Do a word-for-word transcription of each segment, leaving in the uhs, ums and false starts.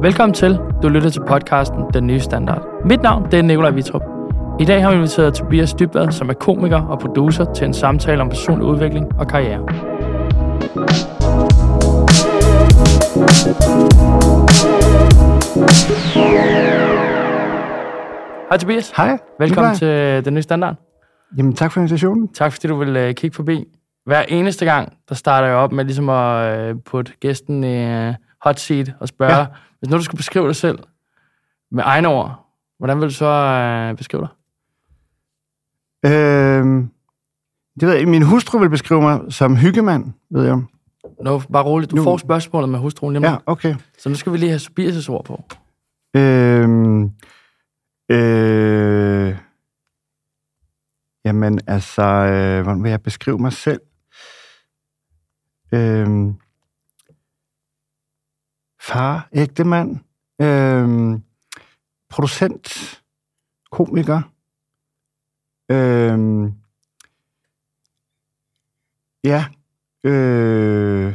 Velkommen til. Du lytter til podcasten Den Nye Standard. Mit navn det er Nikolaj Vitrup. I dag har vi inviteret Tobias Dybvad, som er komiker og producer, til en samtale om personlig udvikling og karriere. Hej Tobias. Hej. Velkommen Nikolaj. til Den Nye Standard. Jamen tak for invitationen. Tak fordi du vil uh, kigge forbi. Hver eneste gang, der starter jeg op med ligesom at uh, putte gæsten i uh, hot seat og spørge, ja. Hvis nu du skulle beskrive dig selv med egne ord, hvordan vil du så uh, beskrive dig? Øhm, det ved jeg, min hustru vil beskrive mig som hyggemand, ved jeg. Nå, bare roligt. Du nu. får spørgsmålet med hustruen lige. Ja, okay. Så nu skal vi lige have Tobias' ord på. Øhm, øh, jamen, altså, øh, hvordan vil jeg beskrive mig selv? Øhm, far, ægtemand, øhm, producent, komiker, øhm, ja, øh,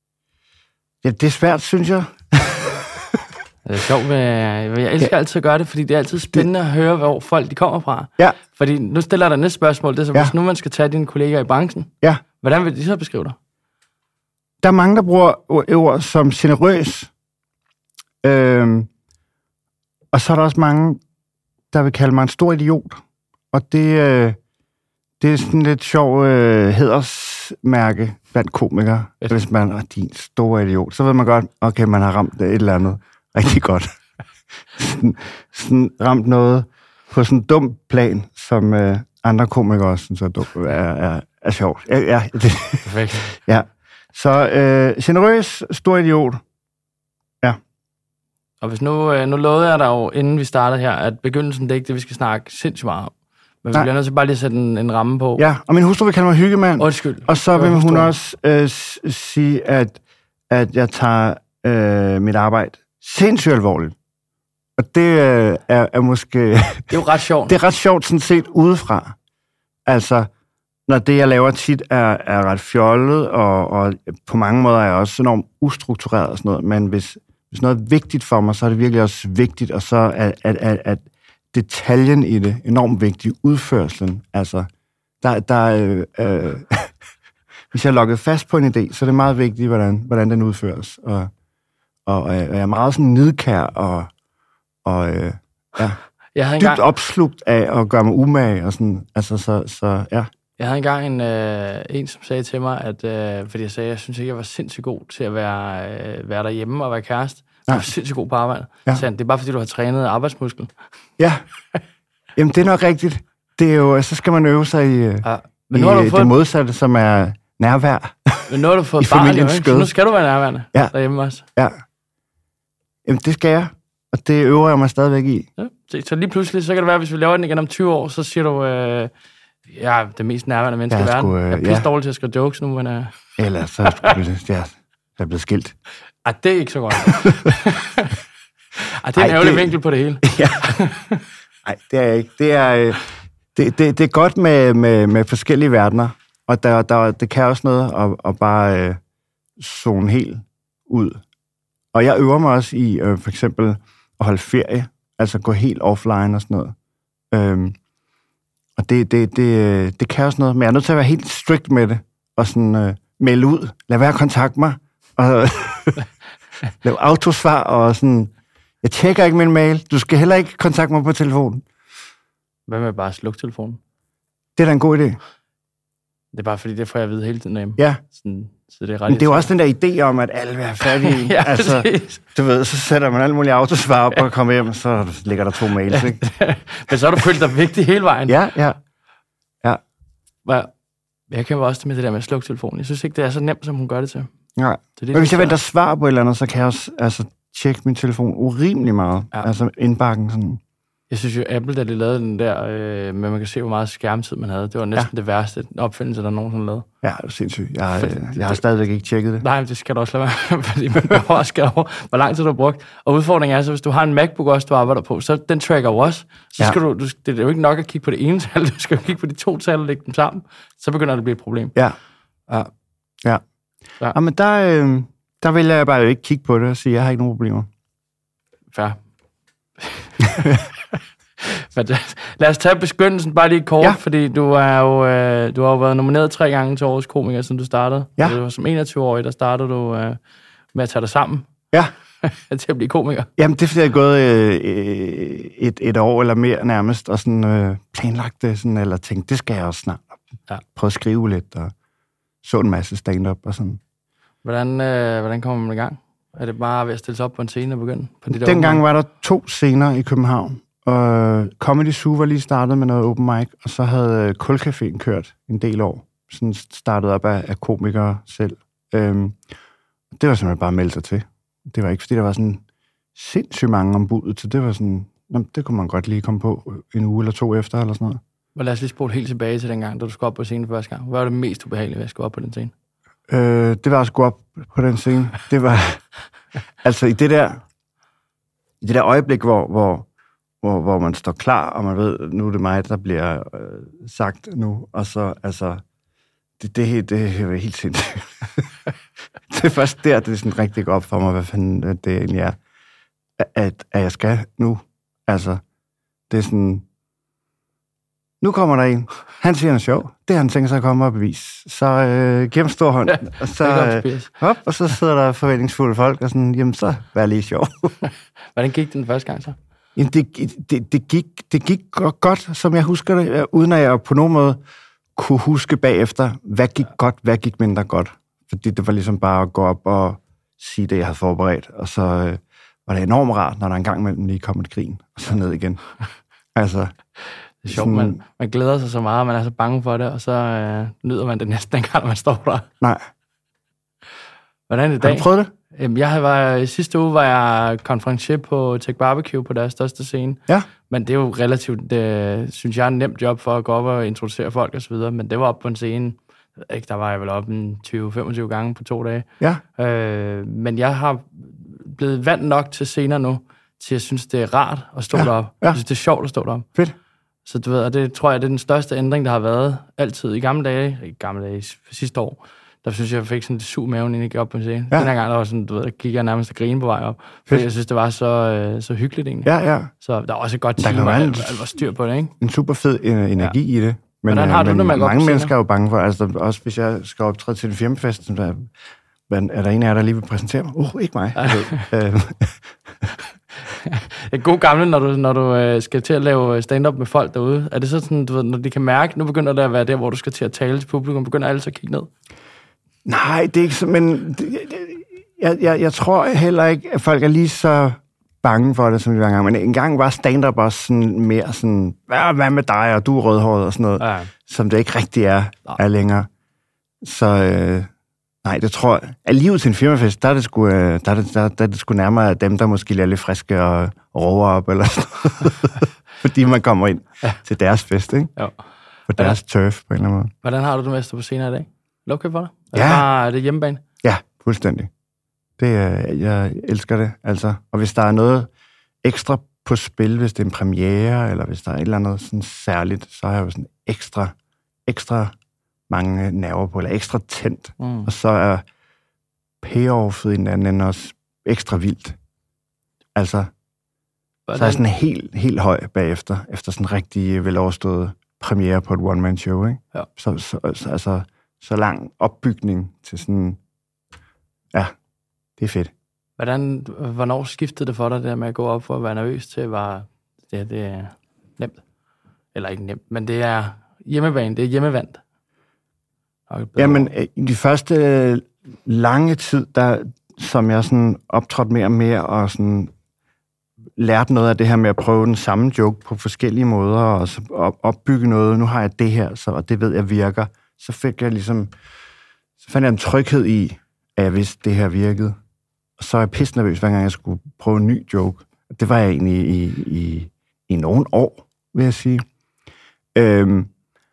ja, det er svært, synes jeg. Det er sjovt, men jeg elsker ja. altid at gøre det, fordi det er altid spændende det... at høre, hvor folk de kommer fra. Ja. Fordi nu stiller jeg dig næste spørgsmål, det er så, ja. hvis nu man skal tage dine kolleger i branchen, ja. hvordan vil de så beskrive dig? Der er mange, der bruger ord som generøs, øhm, og så er der også mange, der vil kalde mig en stor idiot. Og det, øh, det er sådan lidt sjov øh, hædersmærke blandt komikere, yes. hvis man er din store idiot. Så ved man godt, okay, man har ramt et eller andet rigtig godt. sådan, sådan ramt noget på sådan en dum plan, som øh, andre komikere også synes er, dum, er, er, er sjovt. Ja, ja, det, perfekt. Ja. Så øh, generøs, stor idiot. Ja. Og hvis nu, øh, nu lovede jeg dig jo, inden vi startede her, at begyndelsen det er ikke det, vi skal snakke sindssygt meget om. Men vi bliver nødt til bare lige at sætte en, en ramme på. Ja, og min hustru vil kalde mig hyggemand. Undskyld. Og så vil hun også øh, sige, at, at jeg tager øh, mit arbejde sindssygt alvorligt. Og det øh, er, er måske... Det er jo ret sjovt. Det er ret sjovt sådan set udefra. Altså, når det, jeg laver tit, er, er ret fjollet, og, og på mange måder er jeg også enormt ustruktureret og sådan noget. Men hvis, hvis noget er vigtigt for mig, så er det virkelig også vigtigt, og så er, at, at, at detaljen i det enormt vigtig. Udførselen, altså, der, der øh, øh, hvis jeg er lukket fast på en idé, så er det meget vigtigt, hvordan, hvordan den udføres. Og, og, og jeg er meget sådan nidkær og, og øh, ja, jeg havde dybt engang... opslugt af at gøre mig umage og sådan, altså, så, så ja. Jeg havde engang en, øh, en, som sagde til mig, at, øh, fordi jeg sagde, at jeg synes ikke, jeg var sindssygt god til at være, øh, være derhjemme og være kæreste. Jeg var sindssygt god på arbejde. Ja. Så det er bare, fordi du har trænet arbejdsmuskel. Ja, jamen det er nok rigtigt. Det er jo, så skal man øve sig i, ja. Men nu har du i fået... det modsatte, som er nærvær. Men nu har du fået barn, jo, ikke? Så nu skal du være nærværende ja. derhjemme også. Ja, jamen det skal jeg, og det øver jeg mig stadigvæk i. Ja. Så lige pludselig, så kan det være, hvis vi laver den igen om tyve år, så siger du... Øh, jeg er det mest nærværende menneske i verden. Øh, jeg er pisse ja. dårlig til at skrive jokes nu, men... Øh... Ellers så er jeg, jeg er blevet skilt. Ej, det er ikke så godt. Ej, det er en ærgerlig det... vinkel på det hele. Ja. Nej, det er jeg ikke. Det er, det, det, det er godt med, med, med forskellige verdener, og der, der, det kan også noget at, at bare øh, zone helt ud. Og jeg øver mig også i øh, for eksempel at holde ferie, altså gå helt offline og sådan noget. Øhm, Og det, det, det, det kan også noget, men jeg er nødt til at være helt strict med det, og sådan øh, melde ud, lad være at kontakte mig, og lave autosvar, og sådan, jeg tjekker ikke min mail, du skal heller ikke kontakte mig på telefonen. Hvad med bare at slukke telefonen? Det er da en god idé. Det er bare fordi, det får jeg at vide hele tiden hjemme. Ja. Sådan, så det er ret men det er jo også den der idé om, at alle vil have fat i. Ja, altså, du ved, så sætter man alle mulige autosvar op ja. og kommer hjem, så ligger der to mails, ikke? Men så har du følt dig vigtig hele vejen. Ja, ja. Ja. Jeg kan jo også med det der med at slukke telefonen. Jeg synes ikke, det er så nemt, som hun gør det til. Nej. Det, det, men hvis jeg venter svar på et eller andet, så kan jeg også altså, tjekke min telefon urimelig meget. Ja. Altså indbakken sådan. Jeg synes jo, Apple, da de lavede den der, øh, men man kan se, hvor meget skærmtid man havde. Det var næsten ja. det værste opfindelse, der nogensinde lavede. Ja, det er sindssygt. Jeg, jeg, jeg har stadigvæk ikke tjekket det. Nej, men det skal du også lade være, fordi man behøver også skal over, hvor lang tid du har brugt. Og udfordringen er så, hvis du har en MacBook også, du arbejder på, så den tracker jo også. Så skal ja. du, du, det er jo ikke nok at kigge på det ene tal, du skal jo kigge på de to tal og lægge dem sammen. Så begynder det at blive et problem. Ja. Ja. Ja. Ja. Ja men der, øh, der vil jeg bare jo ikke kigge på det og sige, jeg har ikke nogen problemer. Fair. Men lad os tage beskyttelsen bare lige kort, ja. Fordi du, er jo, øh, du har jo været nomineret tre gange til Årets Komiker, siden du startede. Ja. Du var som enogtyve-årig, der startede du øh, med at tage dig sammen. Ja. til at blive komiker. Jamen, det er fordi, jeg er gået øh, et, et år eller mere nærmest, og sådan øh, planlagt det, sådan, eller tænkt, det skal jeg også snart. Ja. Prøve at skrive lidt, og så en masse stand-up og sådan. Hvordan, øh, hvordan kommer man i gang? Er det bare ved at stille sig op på en scene og begynde? På de der Dengang var der to scener i København. Og Comedy Zoo var lige startet med noget open mic, og så havde Kulcaféen kørt en del år. Sådan startet op af, af komikere selv. Øhm, det var simpelthen bare at melde sig til. Det var ikke, fordi der var sådan sindssygt mange om budet, så det var sådan, det kunne man godt lige komme på en uge eller to efter, eller sådan noget. Og lad os lige spole helt tilbage til dengang, da du skulle op på scenen for første gang. Hvad var det mest ubehagelige ved at skulle op på den scene? Øh, det var at skulle op på den scene. Det var, altså i det der, i det der øjeblik, hvor, hvor, hvor, hvor man står klar, og man ved, nu er det mig, der bliver øh, sagt nu, og så, altså, det, det, det er helt sindssygt. Det er først der, det er sådan rigtig godt for mig, hvad fanden det egentlig er, at, at jeg skal nu. Altså, det er sådan, nu kommer der en, han siger noget sjov, det har han tænkt sig at komme og bevise. Så øh, giv ham stor hånd, og så øh, op, og så sidder der forventningsfulde folk, og sådan, jamen så vær lige sjov. Hvordan gik den første gang så? Jamen, det, det, det, gik, det gik godt, som jeg husker det, uden at jeg på nogen måde kunne huske bagefter, hvad gik godt, hvad gik mindre godt. Fordi det var ligesom bare at gå op og sige det, jeg havde forberedt, og så øh, var det enormt rart, når der engang imellem lige kom et grin, og så ned igen. Altså, det er sjovt, man, man glæder sig så meget, man er så bange for det, og så øh, nyder man det næsten engang, når man står der. Nej. Hvordan er det i dag? Har du prøvet det? Jamen, jeg var, i sidste uge var jeg konferencier på Tech Barbecue på deres største scene. Ja. Men det er jo relativt, det, synes jeg, er en nemt job for at gå op og introducere folk og så videre. Men det var op på en scene, ikke, der var jeg vel op en tyve til femogtyve gange på to dage. Ja. Øh, men jeg har blevet vant nok til scener nu, til jeg synes, det er rart at stå ja. deroppe. Ja. Jeg synes, det er sjovt at stå deroppe. Fedt. Så du ved, og det tror jeg, det er den største ændring, der har været altid i gamle dage, i gamle dage, sidste år. Der synes jeg, jeg fik sådan lidt sug maven, inden jeg gik op på en scene. Ja. Den her gang, der var sådan, du ved, der gik jeg nærmest og grine på vej op. Fordi jeg synes, det var så, øh, så hyggeligt egentlig. Ja, ja. Så der er også et godt team, og alt var styr på det, ikke? En super fed energi ja. i det. Men, Hvordan har du men, det med at gå mange op mennesker er jo bange for, altså også hvis jeg skal optræde til en firmafest, så der, er der en af jer, der lige vil præsentere mig? Uh, ikke mig. Ja. Det er god gamle, når du, når du øh, skal til at lave stand-up med folk derude. Er det så sådan, du ved, når de kan mærke, nu begynder det at være der, hvor du skal til at tale til publikum, begynder alle så at kigge ned? Nej, det er ikke så, men det, jeg, jeg, jeg tror heller ikke, at folk er lige så bange for det, som de var engang. Men engang var stand-up også sådan mere sådan, hvad med dig, og du er rødhåret og sådan noget, ja. Som det ikke rigtig er, er længere. Så øh, nej, det tror jeg. At livet til en firmafest, der er det sgu, der er det, der, der er det sgu nærmere dem, der måske er lidt friske og roer op, eller sådan fordi man kommer ind ja. til deres fest, ikke? Jo. På deres ja. turf, på en eller anden måde. Hvordan har du det med at stå på scenen i dag? Okay for dig? Ja. Er det, bare, er det hjemmebane? Ja, fuldstændig. Det, jeg elsker det, altså. Og hvis der er noget ekstra på spil, hvis det er en premiere, eller hvis der er et eller andet sådan særligt, så har jeg jo sådan ekstra, ekstra mange nerver på, eller ekstra tændt. Mm. Og så er payoffet i den anden også ekstra vildt. Altså, Hvordan? Så er jeg sådan helt, helt høj bagefter, efter sådan en rigtig veloverstået premiere på et one-man-show, ikke? Ja. Så, så, så, altså, så lang opbygning til sådan, ja, det er fedt. Hvordan, hvornår skiftede det for dig, det der med at gå op for at være nervøs til, at var, det, det er nemt? Eller ikke nemt, men det er hjemmebane, det er hjemmevandt. Jamen, i de første lange tid, der, som jeg sådan optrådte mere og mere, og sådan lærte noget af det her med at prøve den samme joke på forskellige måder, og så opbygge noget, nu har jeg det her, så, og det ved jeg virker, så fik jeg ligesom, så fandt jeg en tryghed i, at jeg vidste, det her virkede. Og så er jeg pisse nervøs, hver gang jeg skulle prøve en ny joke. Det var jeg egentlig i, i, i nogle år, vil jeg sige. Øhm,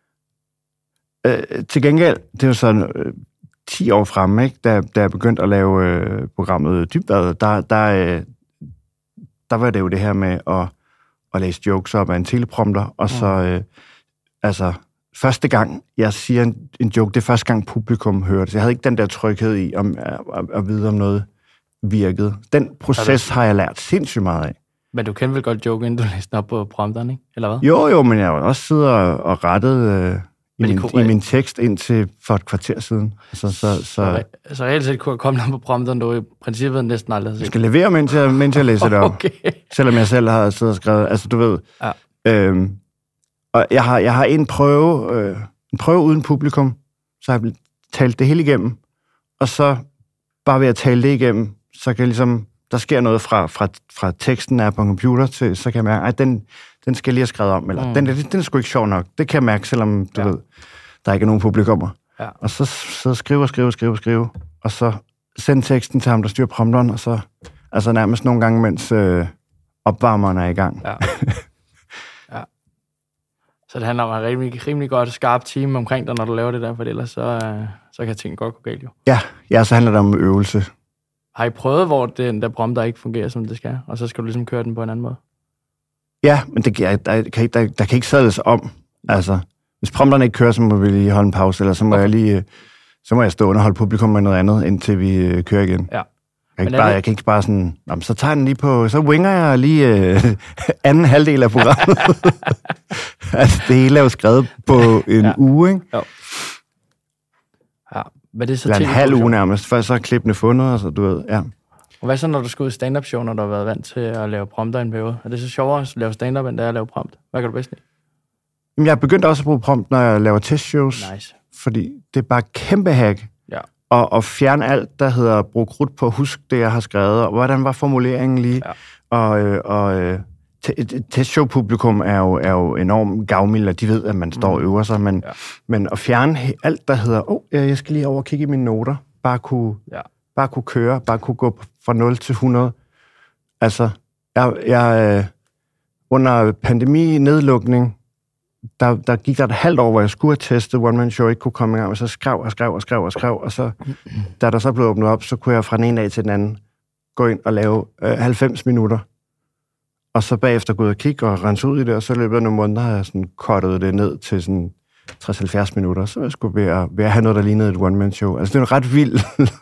øh, til gengæld, det var sådan øh, ti år fremme, ikke? Da, da jeg begyndte at lave øh, programmet Dybvad, der, der, øh, der var det jo det her med at, at læse jokes op af en teleprompter, og så, øh, altså, første gang, jeg siger en, en joke, det er første gang publikum hører det. Så jeg havde ikke den der tryghed i om, at, at vide om noget virkede. Den proces har jeg lært sindssygt meget af. Men du kender vel godt joke, inden du læste op på prompteren, ikke? Eller hvad? Jo, jo, men jeg har også siddet og, og rettet øh, i, min, kunne, i min tekst indtil for et kvarter siden. Altså, så, så, så, så reelt set kunne jeg komme ned på prompteren, du i princippet næsten aldrig har set. Jeg skal levere, mens jeg, mens jeg læser det op. Okay. Selvom jeg selv har siddet og skrevet. Altså, du ved. Ja. Øhm, og jeg har, jeg har en prøve, øh, en prøve uden publikum, så har jeg talt det hele igennem. Og så bare ved at tale det igennem, så kan jeg ligesom, der sker noget fra, fra, fra teksten er på en computer til, så kan jeg mærke, at den, den skal jeg lige have skrevet om, eller mm. den, den, den er sgu ikke sjov nok. Det kan jeg mærke, selvom du ja. ved, der ikke er nogen publikummer. Ja. Og så, så skrive, skrive, skrive, skrive, og så sende teksten til ham, der styrer prompteren, og så altså nærmest nogle gange, mens øh, opvarmeren er i gang. Ja. Ja. Så det handler om at have rimelig, rimelig godt skarpt team omkring dig, når du laver det der, for ellers så, øh, så kan ting godt gå galt jo. Ja, ja, så handler det om øvelse. Har I prøvet, hvor den der prompter ikke fungerer, som det skal, og så skal du ligesom køre den på en anden måde? Ja, men det, der, der, kan, der, der kan ikke sadles om. Altså, hvis prompterne ikke kører, så må vi lige holde en pause, eller så må okay. jeg lige, så må jeg stå og underholde publikum med noget andet, indtil vi kører igen. Ja. Jeg kan, ikke bare, det... jeg kan ikke bare sådan, så tager den lige på, så winger jeg lige øh, anden halvdel af programmet. Altså, det hele er jo skrevet på en ja. uge, ikke? Jo. Ja, men det er så eller en halv uge nærmest, før så er klippene fundet, og så du ved, ja. Og hvad så, når du skal ud i stand-up show, når du har været vant til at lave prompter i en periode? Er det så sjovere at lave stand-up, end det er at lave prompt? Hvad kan du bedst lide? Jamen, jeg er begyndt også at bruge prompt, når jeg laver testshows. Nice. Fordi det er bare kæmpe hack. Ja. Og, og fjerne alt, der hedder brug krudt på, husk det, jeg har skrevet, og hvordan var formuleringen lige. Ja. Og, øh, og øh, testshow-publikum er jo, er jo enormt gavmilde, og de ved, at man står og øver sig, men, ja. men at fjerne alt, der hedder, åh, oh, jeg skal lige over og kigge i mine noter, bare kunne, ja. bare kunne køre, bare kunne gå fra nul til hundrede. Altså, jeg, jeg øh, under pandemi-nedlukning, Der, der gik der et halvt år, hvor jeg skulle have testet One Man Show, ikke kunne komme i gang, og så skrev og skrev og skrev og skrev, og så, da der så blev åbnet op, så kunne jeg fra den ene dag til den anden gå ind og lave øh, halvfems minutter, og så bagefter gå ud og kigge og rense ud i det, og så løbet af nogle måneder har jeg sådan kortet det ned til sådan tres til halvfjerds minutter, så jeg skulle ved at, ved at have noget, der lignede et One Man Show. Altså, det er en ret vild,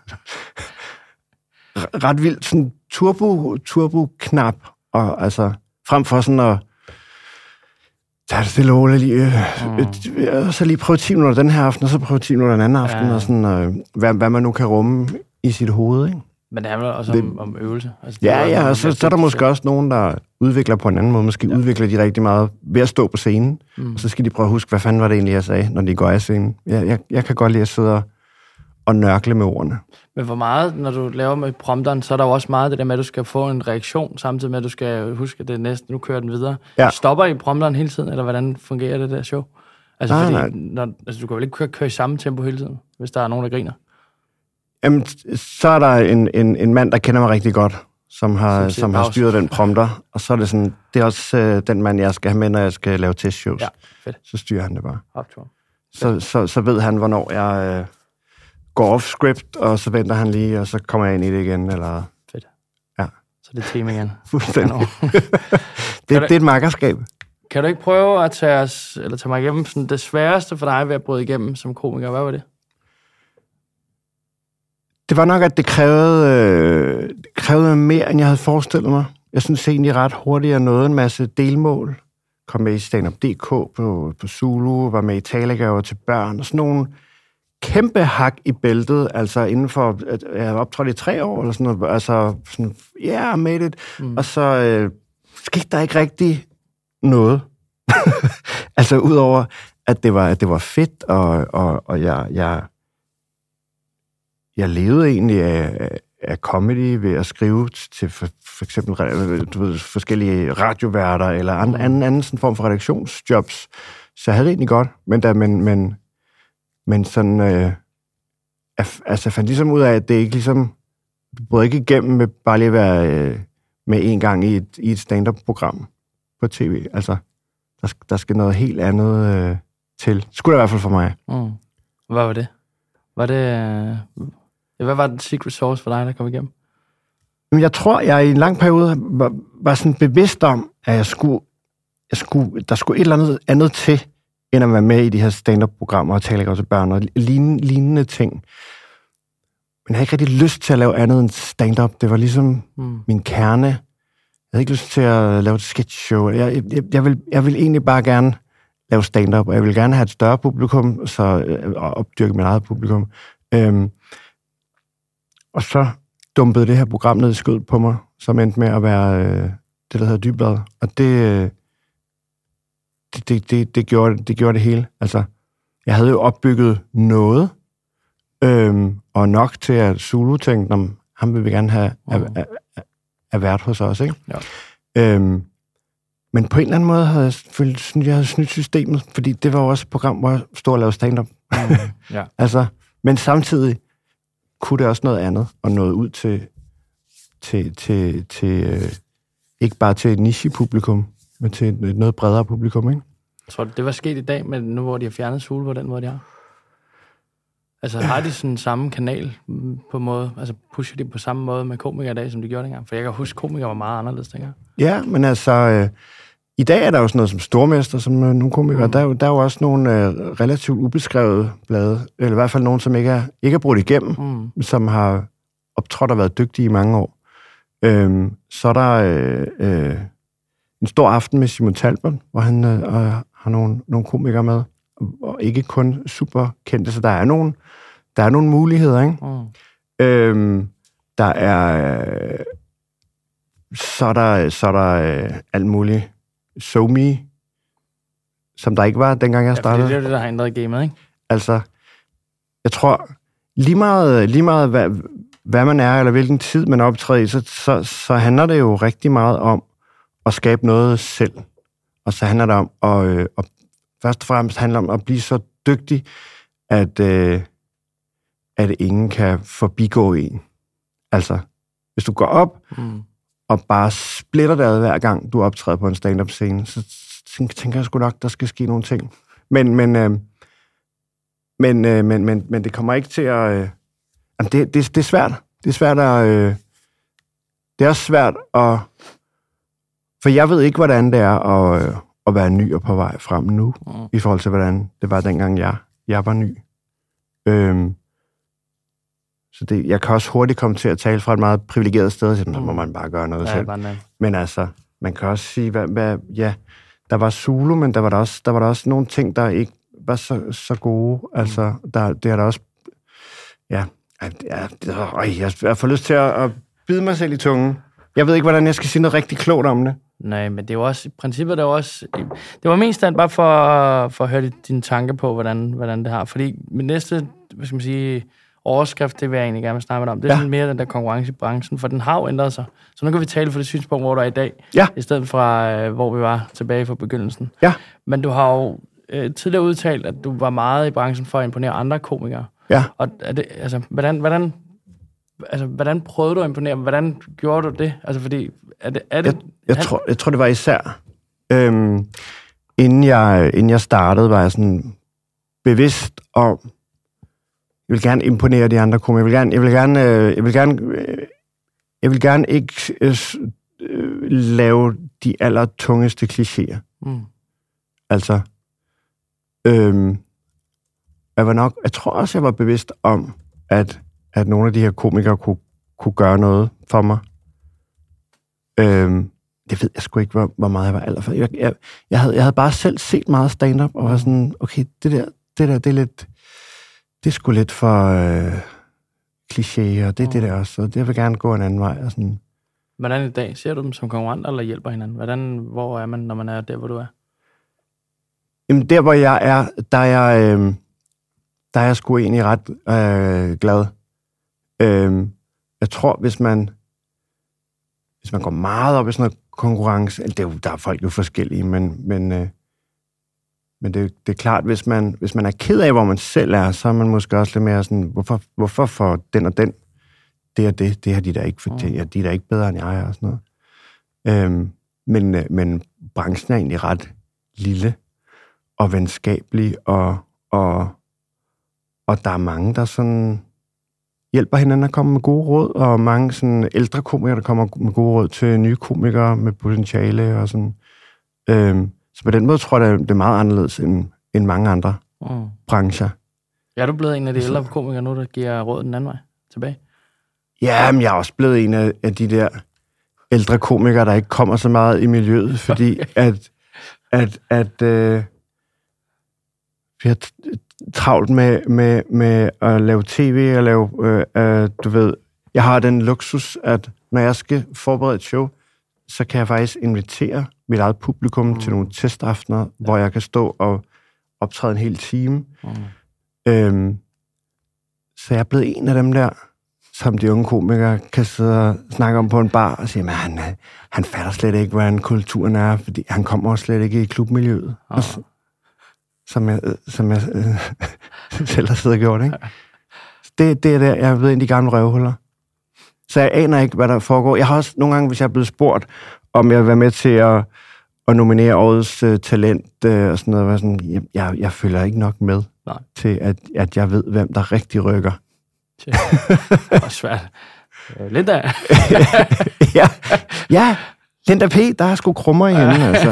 ret vild sådan turbo, turbo-knap, og altså, frem for sådan at så er det stille og lige, øh, mm. så lige prøve ti minutter den her aften, og så prøve ti minutter den anden aften, ja. og sådan, øh, hvad, hvad man nu kan rumme i sit hoved, ikke? Men det handler også det, om, om øvelse. Altså, ja, ja, og så, så er der måske også nogen, der udvikler på en anden måde. Måske ja. udvikler de rigtig meget ved at stå på scenen, mm. og så skal de prøve at huske, hvad fanden var det egentlig, jeg sagde, når de går af scenen. Jeg, jeg, jeg kan godt lide at sidde og nørkle med ordene. Men hvor meget, når du laver med prompteren, så er der jo også meget det der med, at du skal få en reaktion, samtidig med, at du skal huske, at det er næsten, nu kører den videre. Ja. Stopper I prompteren hele tiden, eller hvordan fungerer det der show? Altså, nej, fordi, nej. Når, altså du kan vel ikke køre, køre i samme tempo hele tiden, hvis der er nogen, der griner? Jamen, så er der en, en, en mand, der kender mig rigtig godt, som har, som, som har styret den prompter, og så er det sådan, det er også øh, den mand, jeg skal have med, når jeg skal lave testshows. Ja, fedt. Så styrer han det bare. Optur. Så, så, så ved han, hvornår jeg øh, går off-script, og så venter han lige, og så kommer jeg ind i det igen, eller... Fedt. Ja. Så det er tema igen. Fuldstændig. det, det er et makkerskab. Kan du ikke prøve at tage, os, eller tage mig igennem sådan det sværeste for dig ved at bryde igennem som komiker? Hvad var det? Det var nok, at det krævede, øh, det krævede mere, end jeg havde forestillet mig. Jeg synes egentlig ret hurtigt, at jeg nåede en masse delmål. Kom med i Stand Up punktum d k på, på Zulu, var med i talegaver til børn, og sådan nogle kæmpe hak i bæltet, altså inden for, at jeg har optrådt i tre år, eller sådan noget, altså sådan, yeah, I made it. Mm. Og så øh, skete der ikke rigtig noget. Altså udover, at det var, at det var fedt, og, og, og jeg... jeg Jeg levede egentlig af, af comedy ved at skrive til for, for eksempel du ved, forskellige radioværter eller anden, anden, anden sådan form for redaktionsjobs. Så jeg havde det egentlig godt, men, der, men, men, men sådan, øh, altså jeg fandt ligesom ud af, at det ikke ligesom, du brød ikke igennem med bare lige at være øh, med en gang i et, i et stand-up-program på tv. Altså, der, der skal noget helt andet øh, til. Det skulle det i hvert fald for mig. Mm. Hvad var det? Var det... Øh... Hvad var den secret sauce for dig, der kom igennem? Jeg tror, jeg i en lang periode var, var sådan bevidst om, at jeg skulle, jeg skulle, der skulle et eller andet andet til, end at være med i de her stand-up-programmer og tale til børn og lignende, lignende ting. men jeg havde ikke rigtig lyst til at lave andet end stand-up. Det var ligesom mm. min kerne. Jeg havde ikke lyst til at lave et sketch-show. Jeg, jeg, jeg, vil, jeg vil egentlig bare gerne lave stand-up, og jeg vil gerne have et større publikum, så og opdyrke mit eget publikum. Øhm, og så dumpede det her program ned i skødet på mig, som endte med at være øh, det, der hedder Dybbad. Og det, øh, det, det, det, det, gjorde, det gjorde det hele. Altså, jeg havde jo opbygget noget, øhm, og nok til, at Zulu tænkte, om ham vil vi gerne have mm. er vært hos os, ikke? Ja. Øhm, men på en eller anden måde havde jeg følt, synes, jeg havde snydt systemet, fordi det var jo også et program, hvor jeg stod og lavede stand-up. Mm. Ja. Altså, men samtidig kunne det også noget andet, og noget ud til, til, til, til øh, ikke bare til et niche-publikum, men til et noget bredere publikum, ikke? Jeg tror, det var sket i dag, men nu hvor de har fjernet Zulu på den måde, de har. Altså, har de sådan samme kanal på måde? Altså, pusher de på samme måde med komikere i dag, som de gjorde dengang? For jeg kan huske, at komikere var meget anderledes dengang. Ja, men altså, øh, i dag er der jo sådan noget som Stormester, som øh, nogle komikere. Mm. Der, er jo, der er jo også nogle øh, relativt ubeskrevede blade, eller i hvert fald nogle, som ikke er, ikke er brudt igennem, mm. som har optrådt og været dygtige i mange år. Øhm, så er der øh, øh, en stor aften med Simon Talbot, hvor han øh, har nogle, nogle komikere med, og ikke kun super kendte, så der er nogle, der er nogle muligheder, ikke? Mm. Øhm, der er øh, så er der, så er der øh, alt muligt SoMe, som der ikke var, dengang jeg startede. Ja, det er det, der har ændret gamet, ikke? Altså, jeg tror, lige meget, lige meget hvad, hvad man er, eller hvilken tid man optræder i, så, så, så handler det jo rigtig meget om at skabe noget selv. Og så handler det om at, øh, at først og fremmest handler om at blive så dygtig, at, øh, at ingen kan forbigå en. Altså, hvis du går op mm. og bare splitter det ad hver gang, du optræder på en stand-up-scene, så tænker jeg sgu nok, der skal ske nogle ting. Men, men, øh, men, øh, men, men, men det kommer ikke til at... Øh, det, det, det er svært. Det er svært at... Øh, det er også svært at... For jeg ved ikke, hvordan det er at... Øh, at være ny og på vej frem nu, mm. i forhold til, hvordan det var dengang, jeg, jeg var ny. Øhm, så det, jeg kan også hurtigt komme til at tale fra et meget privilegeret sted, så mm. må man bare gøre noget ja, selv. Bare men altså, man kan også sige, hvad, hvad, ja, der var Zulu, men der var der også, der var der også nogle ting, der ikke var så, så gode. Mm. Altså, der, det er der også... Ja, ja det, øh, jeg, jeg får lyst til at, at bide mig selv i tungen. Jeg ved ikke, hvordan jeg skal sige noget rigtig klogt om det. Nej, men det er jo også, i princippet, det var også, det var mest bare for, for at høre dine tanker på, hvordan, hvordan det har. Fordi min næste, hvad skal man sige, overskrift, det vil jeg egentlig gerne snakke om. Det er ja. sådan mere den der konkurrence i branchen, for den har jo ændret sig. Så nu kan vi tale for det synspunkt, hvor du er i dag, ja. i stedet fra, hvor vi var tilbage fra begyndelsen. Ja. Men du har jo øh, tidligere udtalt, at du var meget i branchen for at imponere andre komikere. Ja. Og er det, altså, hvordan, hvordan, altså, hvordan prøvede du at imponere? Hvordan gjorde du det? Altså, fordi, er det... Er det jeg, jeg, tror, jeg tror, det var især... Øhm, inden, jeg, inden jeg startede, var jeg sådan bevidst om... Jeg vil gerne imponere de andre komikere. Jeg vil gerne... Jeg vil gerne, jeg vil gerne, jeg vil gerne ikke øh, lave de allertungeste klichéer. Mm. Altså... Øhm, jeg var nok... Jeg tror også, jeg var bevidst om, at, at nogle af de her komikere kunne, kunne gøre noget for mig. Øhm, det ved jeg sgu ikke, hvor, hvor meget jeg var allerfor. Jeg, jeg, jeg, havde, jeg havde bare selv set meget stand-up, og var sådan, okay, det der, det der, det er lidt... Det er sgu lidt for øh, kliché, og det er mm. det der også, og det jeg vil gerne gå en anden vej. Og sådan. Hvordan i dag? Ser du dem som konkurrenter, eller hjælper hinanden? Hvordan, hvor er man, når man er der, hvor du er? Jamen, der hvor jeg er, der er jeg, øh, der er jeg sgu egentlig ret øh, glad. Øh, jeg tror, hvis man hvis man går meget op i sådan noget konkurrence, eller det er jo, der er folk jo forskellige, men, men, øh, men det, det er klart, hvis man, hvis man er ked af, hvor man selv er, så er man måske også lidt mere sådan, hvorfor, hvorfor får den og den det og det, det har de da ikke fortjent, mm. de er da ikke bedre end jeg er, og sådan noget. Øh, men, øh, men branchen er egentlig ret lille og venskabelig, og, og, og der er mange, der sådan hjælper hinanden at komme med gode råd, og mange sådan ældre komikere, der kommer med gode råd til nye komikere med potentiale og sådan. Øhm, så på den måde tror jeg, det er meget anderledes end, end mange andre mm. brancher. Ja, er du blevet en af de ældre komikere nu, der giver råd den anden vej tilbage? Ja, men jeg er også blevet en af, af de der ældre komikere, der ikke kommer så meget i miljøet, fordi okay. at, at, at øh, vi har travlt med, med, med at lave tv og lave, øh, øh, du ved, jeg har den luksus, at når jeg skal forberede et show, så kan jeg faktisk invitere mit eget publikum mm. til nogle testaftener, ja. hvor jeg kan stå og optræde en hel time. Mm. Øhm, så jeg er blevet en af dem der, som de unge komikere kan sidde og snakke om på en bar og sige, at han, han fatter slet ikke, hvordan kulturen er, fordi han kommer slet ikke i klubmiljøet. Oh. Så, som jeg, som jeg øh, selv har siddet og gjort, ikke? Det, det er der, jeg er blevet en af de gamle røvhuller. Så jeg aner ikke, hvad der foregår. Jeg har også nogle gange, hvis jeg er blevet spurgt, om jeg vil være med til at, at nominere årets uh, talent uh, og sådan noget, sådan, jeg, jeg, jeg følger ikke nok med Nej. til, at, at jeg ved, hvem der rigtig rykker. Det er svært. Linda. ja, ja, Linda P., der er sgu krummer i hende, altså.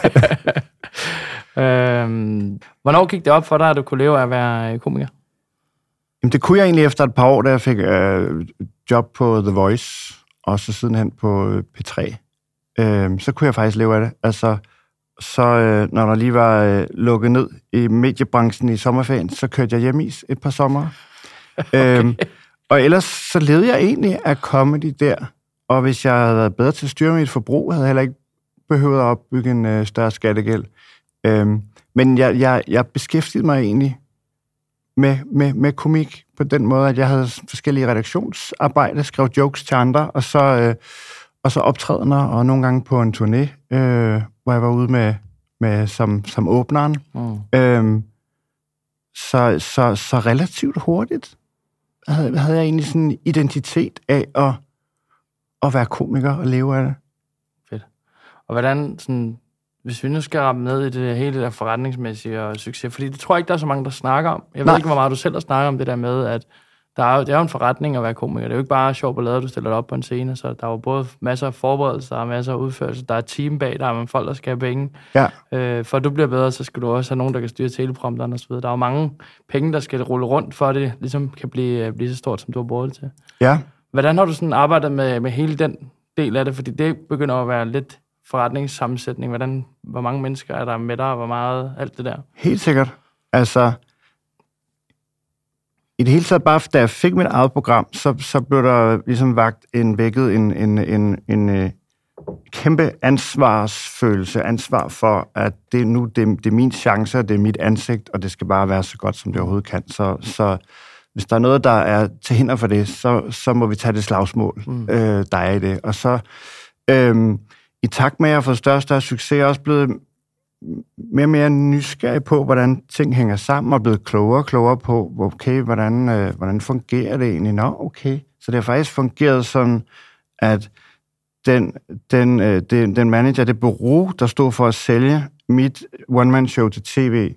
øhm, hvornår gik det op for dig, at du kunne leve af at være komiker? Jamen, det kunne jeg egentlig efter et par år, da jeg fik øh, job på The Voice, og så sidenhen på P tre. Øh, så kunne jeg faktisk leve af det. Altså, så øh, når der lige var øh, lukket ned i mediebranchen i sommerferien, så kørte jeg hjem i et par sommer. Okay. Øhm, og ellers så levede jeg egentlig af comedy der, og hvis jeg havde været bedre til at styre mit forbrug, havde jeg heller ikke behøvet at opbygge en øh, større skattegæld. Øhm, men jeg, jeg, jeg beskæftigede mig egentlig med, med, med komik på den måde, at jeg havde forskellige redaktionsarbejde, skrev jokes til andre, og så, øh, og så optrædener, og nogle gange på en turné, øh, hvor jeg var ude med, med som, som åbneren. Mm. Øhm, så, så, så relativt hurtigt havde, havde jeg egentlig sådan en identitet af at, at være komiker og leve af det. Fedt. Og hvordan, sådan, hvis vi nu skal ramme ned i det hele der forretningsmæssige og succes, fordi det tror jeg ikke, der er så mange, der snakker om. Jeg ved Nej. ikke, hvor meget du selv har snakket om det der med, at der er jo, det er jo en forretning at være komiker. Det er jo ikke bare sjov ballade, du stiller dig op på en scene, så der er jo både masser af forberedelser, der er masser af udførelser, der er team bag, der er folk, der skal have penge. Ja. Øh, for at du bliver bedre, så skal du også have nogen, der kan styre teleprompteren og så videre. Der er jo mange penge, der skal rulle rundt, for at det ligesom kan blive, blive så stort, som du har brugt det til. Ja. Hvordan har du sådan arbejdet med, med hele den del af det? Fordi det begynder at være lidt forretningssammensætning. Hvordan, hvor mange mennesker er der med dig, og hvor meget, alt det der? Helt sikkert. Altså, i det hele taget, bare da jeg fik mit eget program, så, så blev der ligesom vagt en vækket en, en, en, en, en kæmpe ansvarsfølelse, ansvar for, at det nu det, det er min chance, det er mit ansigt, og det skal bare være så godt, som det overhovedet kan. Så, så hvis der er noget, der er til hinder for det, så, så må vi tage det slagsmål, mm. øh, der er i det. Og så øh, i takt med, at jeg har fået større og større succes, er jeg også blevet mere og mere nysgerrig på, hvordan ting hænger sammen, og blevet klogere og klogere på, okay, hvordan, øh, hvordan fungerer det egentlig? Nå, okay. Så det har faktisk fungeret sådan, at den, den, øh, den, den manager, det bureau, der stod for at sælge mit one-man-show til tv,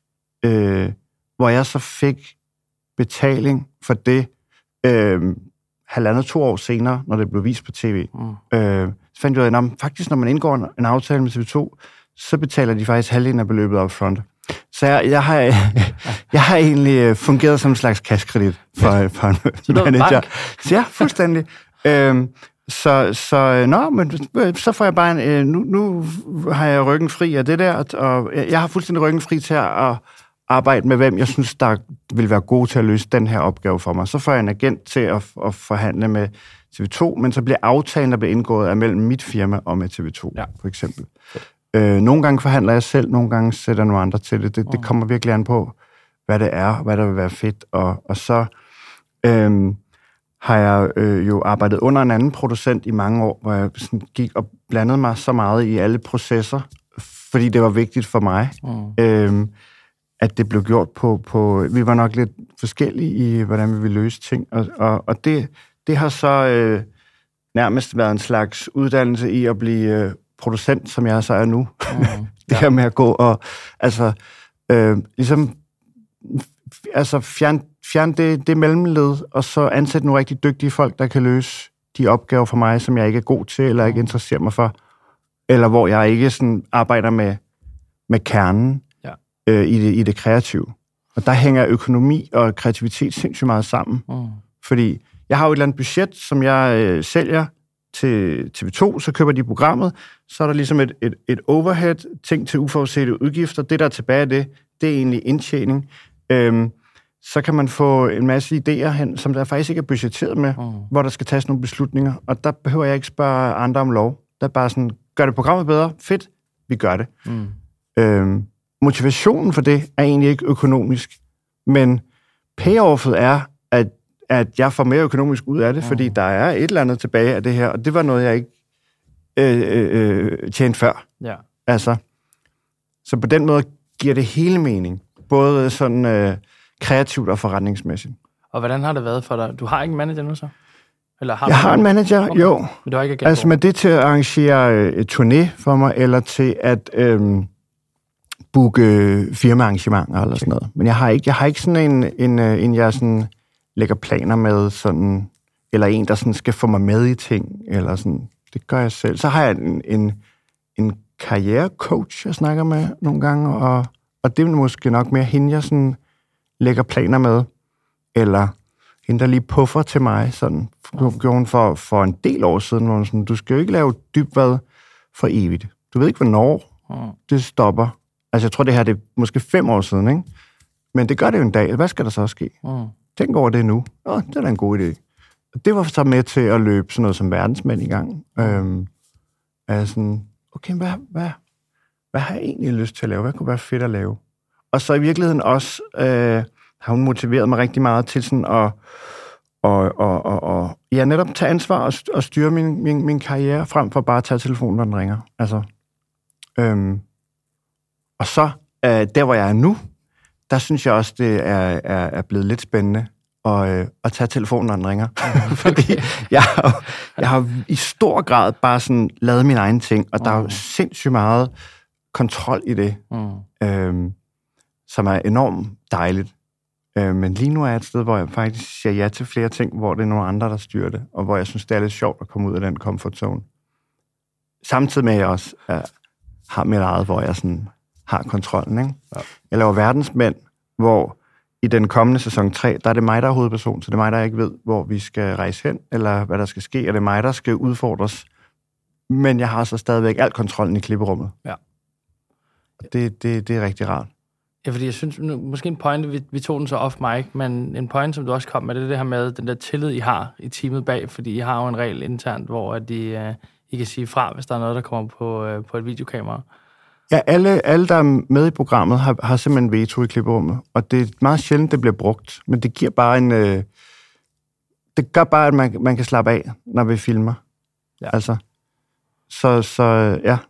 øh, hvor jeg så fik betaling for det øh, halvandet to år senere, når det blev vist på tv. Mm. Øh, så fandt jeg ud af, at faktisk, når man indgår en, en aftale med T V to, så betaler de faktisk halvdelen af beløbet up front. Så jeg, jeg, har, jeg har egentlig fungeret som en slags kassekredit for, for en manager. Så ja, fuldstændig. øhm, så, så, nå, men så får jeg bare en, nu, nu har jeg ryggen fri af det der, og jeg har fuldstændig ryggen fri til at arbejde med, hvem jeg synes, der vil være god til at løse den her opgave for mig. Så får jeg en agent til at, at forhandle med T V to, men så bliver aftalen, der bliver indgået, af mellem mit firma og med T V to, ja. For eksempel. Øh, nogle gange forhandler jeg selv, nogle gange sætter nogle andre til det. Det, det kommer virkelig an på, hvad det er, hvad der vil være fedt. Og, og så øh, har jeg øh, jo arbejdet under en anden producent i mange år, hvor jeg sådan gik og blandede mig så meget i alle processer, fordi det var vigtigt for mig, mm. øh, at det blev gjort på, på... Vi var nok lidt forskellige i, hvordan vi ville løse ting. Og, og, og det, det har så øh, nærmest været en slags uddannelse i at blive... Øh, producent, som jeg så er nu. Mm, ja. Det her med at gå og altså øh, ligesom altså fjern, fjern det, det mellemled, og så ansætte nogle rigtig dygtige folk, der kan løse de opgaver for mig, som jeg ikke er god til, eller ikke interesserer mig for, eller hvor jeg ikke sådan arbejder med, med kernen ja. øh, i, det, i det kreative. Og der hænger økonomi og kreativitet sindssygt meget sammen. Mm. Fordi jeg har jo et eller andet budget, som jeg øh, sælger til T V to, så køber de programmet, så er der ligesom et, et, et overhead, ting til uforudsete udgifter. Det, der er tilbage af det, det er egentlig indtjening. Øhm, så kan man få en masse idéer hen, som der faktisk ikke er budgetteret med, mm. hvor der skal tages nogle beslutninger. Og der behøver jeg ikke spørge andre om lov. Der er bare sådan, gør det programmet bedre? Fedt, vi gør det. Mm. Øhm, motivationen for det er egentlig ikke økonomisk, men payoffet er, at, at jeg får mere økonomisk ud af det, mm. fordi der er et eller andet tilbage af det her, og det var noget, jeg ikke øh, øh, tjente før. Ja. Altså, så på den måde giver det hele mening, både sådan øh, kreativt og forretningsmæssigt. Og hvordan har det været for dig? Du har ikke en manager nu så? Eller har jeg har en manager, okay. jo. Men du har ikke altså med det til at arrangere øh, et turné for mig, eller til at øh, booke øh, firmaarrangementer eller sådan noget. Men jeg har ikke, jeg har ikke sådan en, en, en, en jeg sådan lægger planer med, sådan, eller en, der sådan skal få mig med i ting, eller sådan. Det gør jeg selv. Så har jeg en, en, en karrierecoach, jeg snakker med nogle gange, og, og det er måske nok mere hende, jeg sådan lægger planer med, eller hende, der lige puffer til mig, sådan, gjorde hun for, for en del år siden, hvor hun sådan, du skal jo ikke lave dybvad for evigt. Du ved ikke, hvornår mm. det stopper. Altså, jeg tror, det her det er måske fem år siden, ikke? Men det gør det jo en dag. Hvad skal der så ske? Mm. Tænk over det nu. Åh, det er da en god idé. Og det var så med til at løbe sådan noget som verdensmænd i gang. Mm. Øhm, altså, okay, hvad, hvad, hvad har jeg egentlig lyst til at lave? Hvad kunne være fedt at lave? Og så i virkeligheden også øh, har hun motiveret mig rigtig meget til sådan at og, og, og, og ja, netop tage ansvar og, og styre min, min, min karriere, frem for bare at tage telefonen, når den ringer. Altså, øhm, og så, øh, der hvor jeg er nu, der synes jeg også, det er, er, er blevet lidt spændende at, øh, at tage telefonen, når den ringer. Fordi jeg har, jeg har i stor grad bare sådan lavet mine egne ting, og der er jo sindssygt meget kontrol i det, mm. øhm, som er enormt dejligt. Men lige nu er jeg et sted, hvor jeg faktisk siger ja til flere ting, hvor det er nogle andre, der styrer det, og hvor jeg synes, det er lidt sjovt at komme ud af den comfort zone. Samtidig med, at jeg også uh, har mit eget, hvor jeg sådan har kontrollen. Ikke? Ja. Jeg laver verdensmænd, hvor i den kommende sæson tre, der er det mig, der er hovedperson, så det er mig, der ikke ved, hvor vi skal rejse hen, eller hvad der skal ske, og det er mig, der skal udfordres. Men jeg har så stadigvæk al kontrollen i klipperummet. Ja. Det, det, det er rigtig rart. Ja, fordi jeg synes, nu, måske en pointe, vi, vi tog den så off mic, men en point, som du også kom med, det er det her med den der tillid, I har i teamet bag, fordi I har jo en regel internt, hvor de, uh, I kan sige fra, hvis der er noget, der kommer på, uh, på et videokamera. Ja, alle, alle, der er med i programmet, har, har simpelthen veto i klipperummet, og det er meget sjældent, det bliver brugt, men det giver bare en... Øh, det gør bare, at man, man kan slappe af, når vi filmer. Ja. Altså, så, så ja...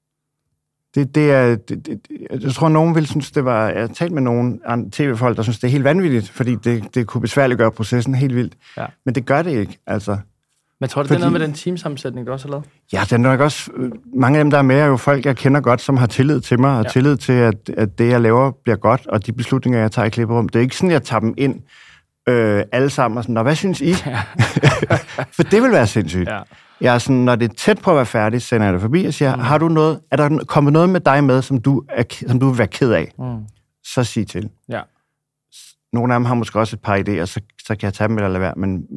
Det, det er, det, det, jeg tror, nogen ville synes, det var... Jeg har talt med nogle tv-folk, der synes, det er helt vanvittigt, fordi det, det kunne besværligt gøre processen helt vildt. Ja. Men det gør det ikke, altså. Men tror du, fordi, det er noget med den teamsammensætning, du også har lavet? Ja, det er nok også... Mange af dem, der er med, er jo folk, jeg kender godt, som har tillid til mig, og ja. tillid til, at, at det, jeg laver, bliver godt, og de beslutninger, jeg tager i klipperum. Det er ikke sådan, jeg tager dem ind øh, alle sammen og sådan, hvad synes I? Ja. For det vil være sindssygt. Ja. Jeg er sådan, når det er tæt på at være færdig, sender jeg det forbi og siger, mm. har du noget, er der kommet noget med dig med, som du, er, som du vil være ked af? Mm. Så sig til. Ja. Nogle af dem har måske også et par idéer, så, så kan jeg tage dem eller lade være, men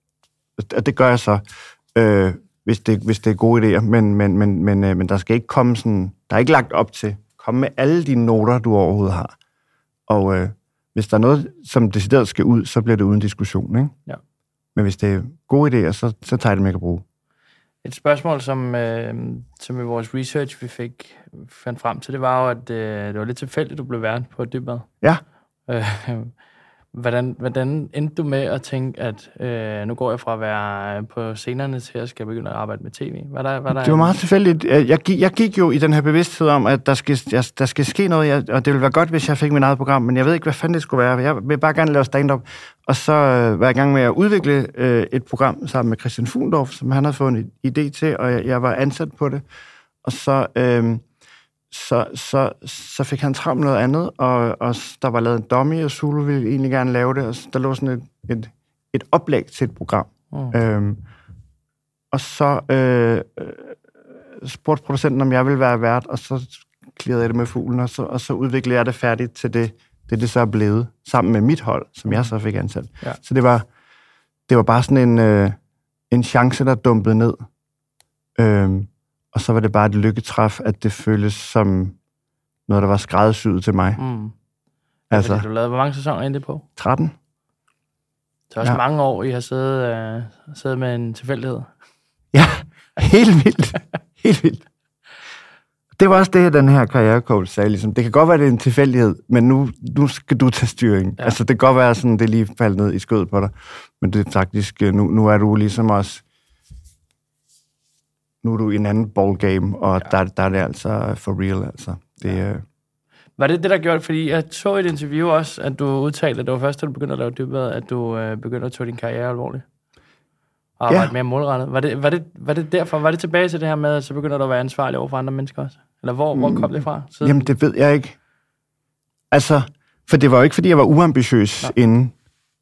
og det gør jeg så, øh, hvis, det, hvis det er gode idéer, men, men, men, men, øh, men der skal ikke komme sådan, der er ikke lagt op til, kom med alle de noter, du overhovedet har. Og øh, hvis der er noget, som decideret skal ud, så bliver det uden diskussion, ikke? Ja. Men hvis det er gode idéer, så, så tager jeg det med at bruge. Et spørgsmål, som, øh, som i vores research, vi fik fandt frem til, det var jo, at øh, det var lidt tilfældigt, du blev vært på Dybvad. Ja. Øh, hvordan, hvordan endte du med at tænke, at øh, nu går jeg fra at være på scenerne til at skal begynde at arbejde med tv? Var der, var der det var meget tilfældigt. Jeg gik, jeg gik jo i den her bevidsthed om, at der skal, jeg, der skal ske noget, jeg, og det ville være godt, hvis jeg fik mit eget program, men jeg ved ikke, hvad fanden det skulle være. Jeg vil bare gerne lave stand-up. Og så øh, var jeg i gang med at udvikle øh, et program sammen med Christian Fuglendorf, som han havde fået en idé til, og jeg, jeg var ansat på det. Og så, øh, så, så, så fik han travlt noget andet, og, og der var lavet en dummy, og Zulu ville egentlig gerne lave det, og der lå sådan et, et, et oplæg til et program. Mm. Øh, og så øh, spurgte producenten, om jeg ville være vært, og så klirrede jeg det med fuglen, og så, og så udviklede jeg det færdigt til det, det det så er blevet, sammen med mit hold, som jeg så fik ansat. Ja. Så det var, det var bare sådan en, øh, en chance, der dumpede ned. Øhm, og så var det bare et lykketræf, at det føltes som noget, der var skræddersyet til mig. Mm. Altså, Fordi du lavede, hvor mange sæsoner endte det på? tretten. Det er også Ja. mange år, I har siddet, øh, siddet med en tilfældighed. Ja, helt vildt. Helt vildt. Det var også det, den her karrierecoach sagde. Ligesom, det kan godt være, det er en tilfældighed, men nu, nu skal du tage styring. Ja. Altså, det kan godt være, sådan, det lige faldt ned i skødet på dig. Men det er faktisk, nu, nu er du ligesom også... Nu er du i en anden ballgame, og ja. der, der er det altså for real. Altså. Det, ja. øh... Var det det, der gjorde det? Fordi jeg så i et interview også, at du udtalte, at det var først, da du begyndte at lave dybvad, at du øh, begyndte at tage din karriere alvorligt. Og arbejde ja. mere målrettet. Var det, var, det, var det derfor? Var det tilbage til det her med, at så begynder du at være ansvarlig over for andre mennesker også? Eller hvor, hvor kom det fra? Siden? Jamen, det ved jeg ikke. Altså, for det var jo ikke, fordi jeg var uambitiøs ja. inden.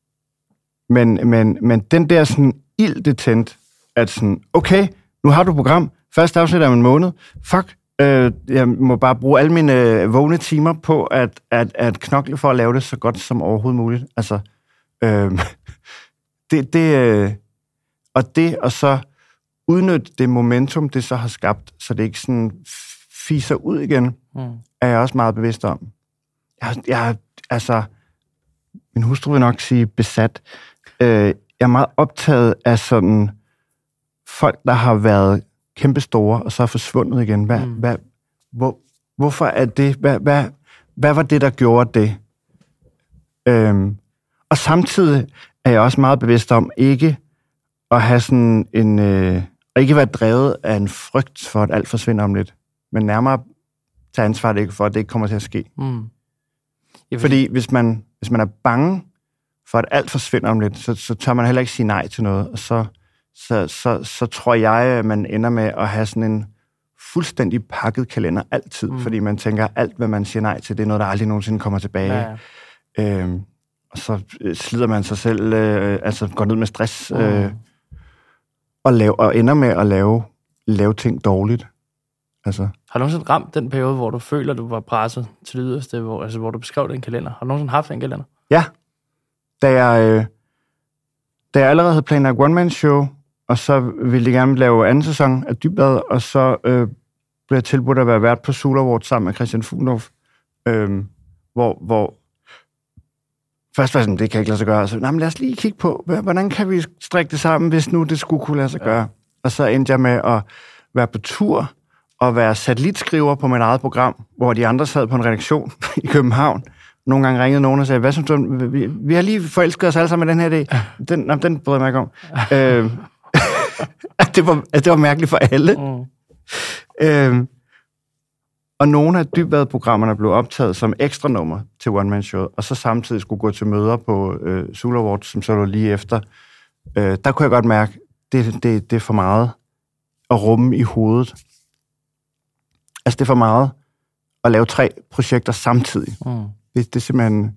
Men, men, men den der sådan ild, det tændte, at sådan, okay, nu har du et program, første afsnit om en måned, fuck, øh, jeg må bare bruge alle mine øh, vågne timer på at, at, at knokle for at lave det så godt som overhovedet muligt. Altså, øh, det, det, øh, og det, og så udnytte det momentum, det så har skabt, så det ikke sådan fiser ud igen, mm. er jeg også meget bevidst om. Jeg, jeg altså, min hustru vil nok sige besat. Øh, jeg er meget optaget af sådan folk, der har været kæmpestore, og så er forsvundet igen. Hvad, mm. hvad, hvor, hvorfor er det? Hvad, hvad, hvad var det, der gjorde det? Øhm, og samtidig er jeg også meget bevidst om ikke at have sådan en... Øh, og ikke være drevet af en frygt for, at alt forsvinder om lidt. Men nærmere tage ansvar det ikke for, at det ikke kommer til at ske. Mm. Ja, fordi hvis man, hvis man er bange for, at alt forsvinder om lidt, så, så tør man heller ikke sige nej til noget. Og så, så, så, så tror jeg, at man ender med at have sådan en fuldstændig pakket kalender altid. Mm. Fordi man tænker, at alt, hvad man siger nej til, det er noget, der aldrig nogensinde kommer tilbage. Ja, ja. Øhm, og så slider man sig selv, øh, altså går ned med stress, mm. øh, og, lave, og ender med at lave, lave ting dårligt. Altså. Har du nogensinde ramt den periode, hvor du føler, at du var presset til det yderste, hvor, altså, hvor du beskrev den kalender? Har du nogensinde haft en kalender? Ja. Da jeg, øh, da jeg allerede havde planlagt one-man-show, og så ville jeg gerne lave anden sæson af Dybvad, og så øh, blev jeg tilbudt at være vært på Sula Awards sammen med Christian Fuglendorf, øh, hvor, hvor først var jeg sådan, det kan jeg ikke lade sig gøre. Så, nej, men lad os lige kigge på, hvordan kan vi strikke det sammen, hvis nu det skulle kunne lade sig gøre. Ja. Og så endte jeg med at være på tur, og være satellitskriver på mit eget program, hvor de andre sad på en redaktion i København. Nogle gange ringede nogen og sagde, hvad synes du, vi, vi har lige forelsket os alle sammen med den her idé. Den, nej, den bryder jeg mig ikke om. øh, det, var, det var mærkeligt for alle. Mm. Øh, og nogle af Dybvad-programmerne blev optaget som ekstra nummer til One Man Show, og så samtidig skulle gå til møder på øh, Sula Awards, som så var lige efter. Øh, der kunne jeg godt mærke, det, det, det er for meget at rumme i hovedet. Altså, det er for meget at lave tre projekter samtidig. Mm. Det, det er simpelthen...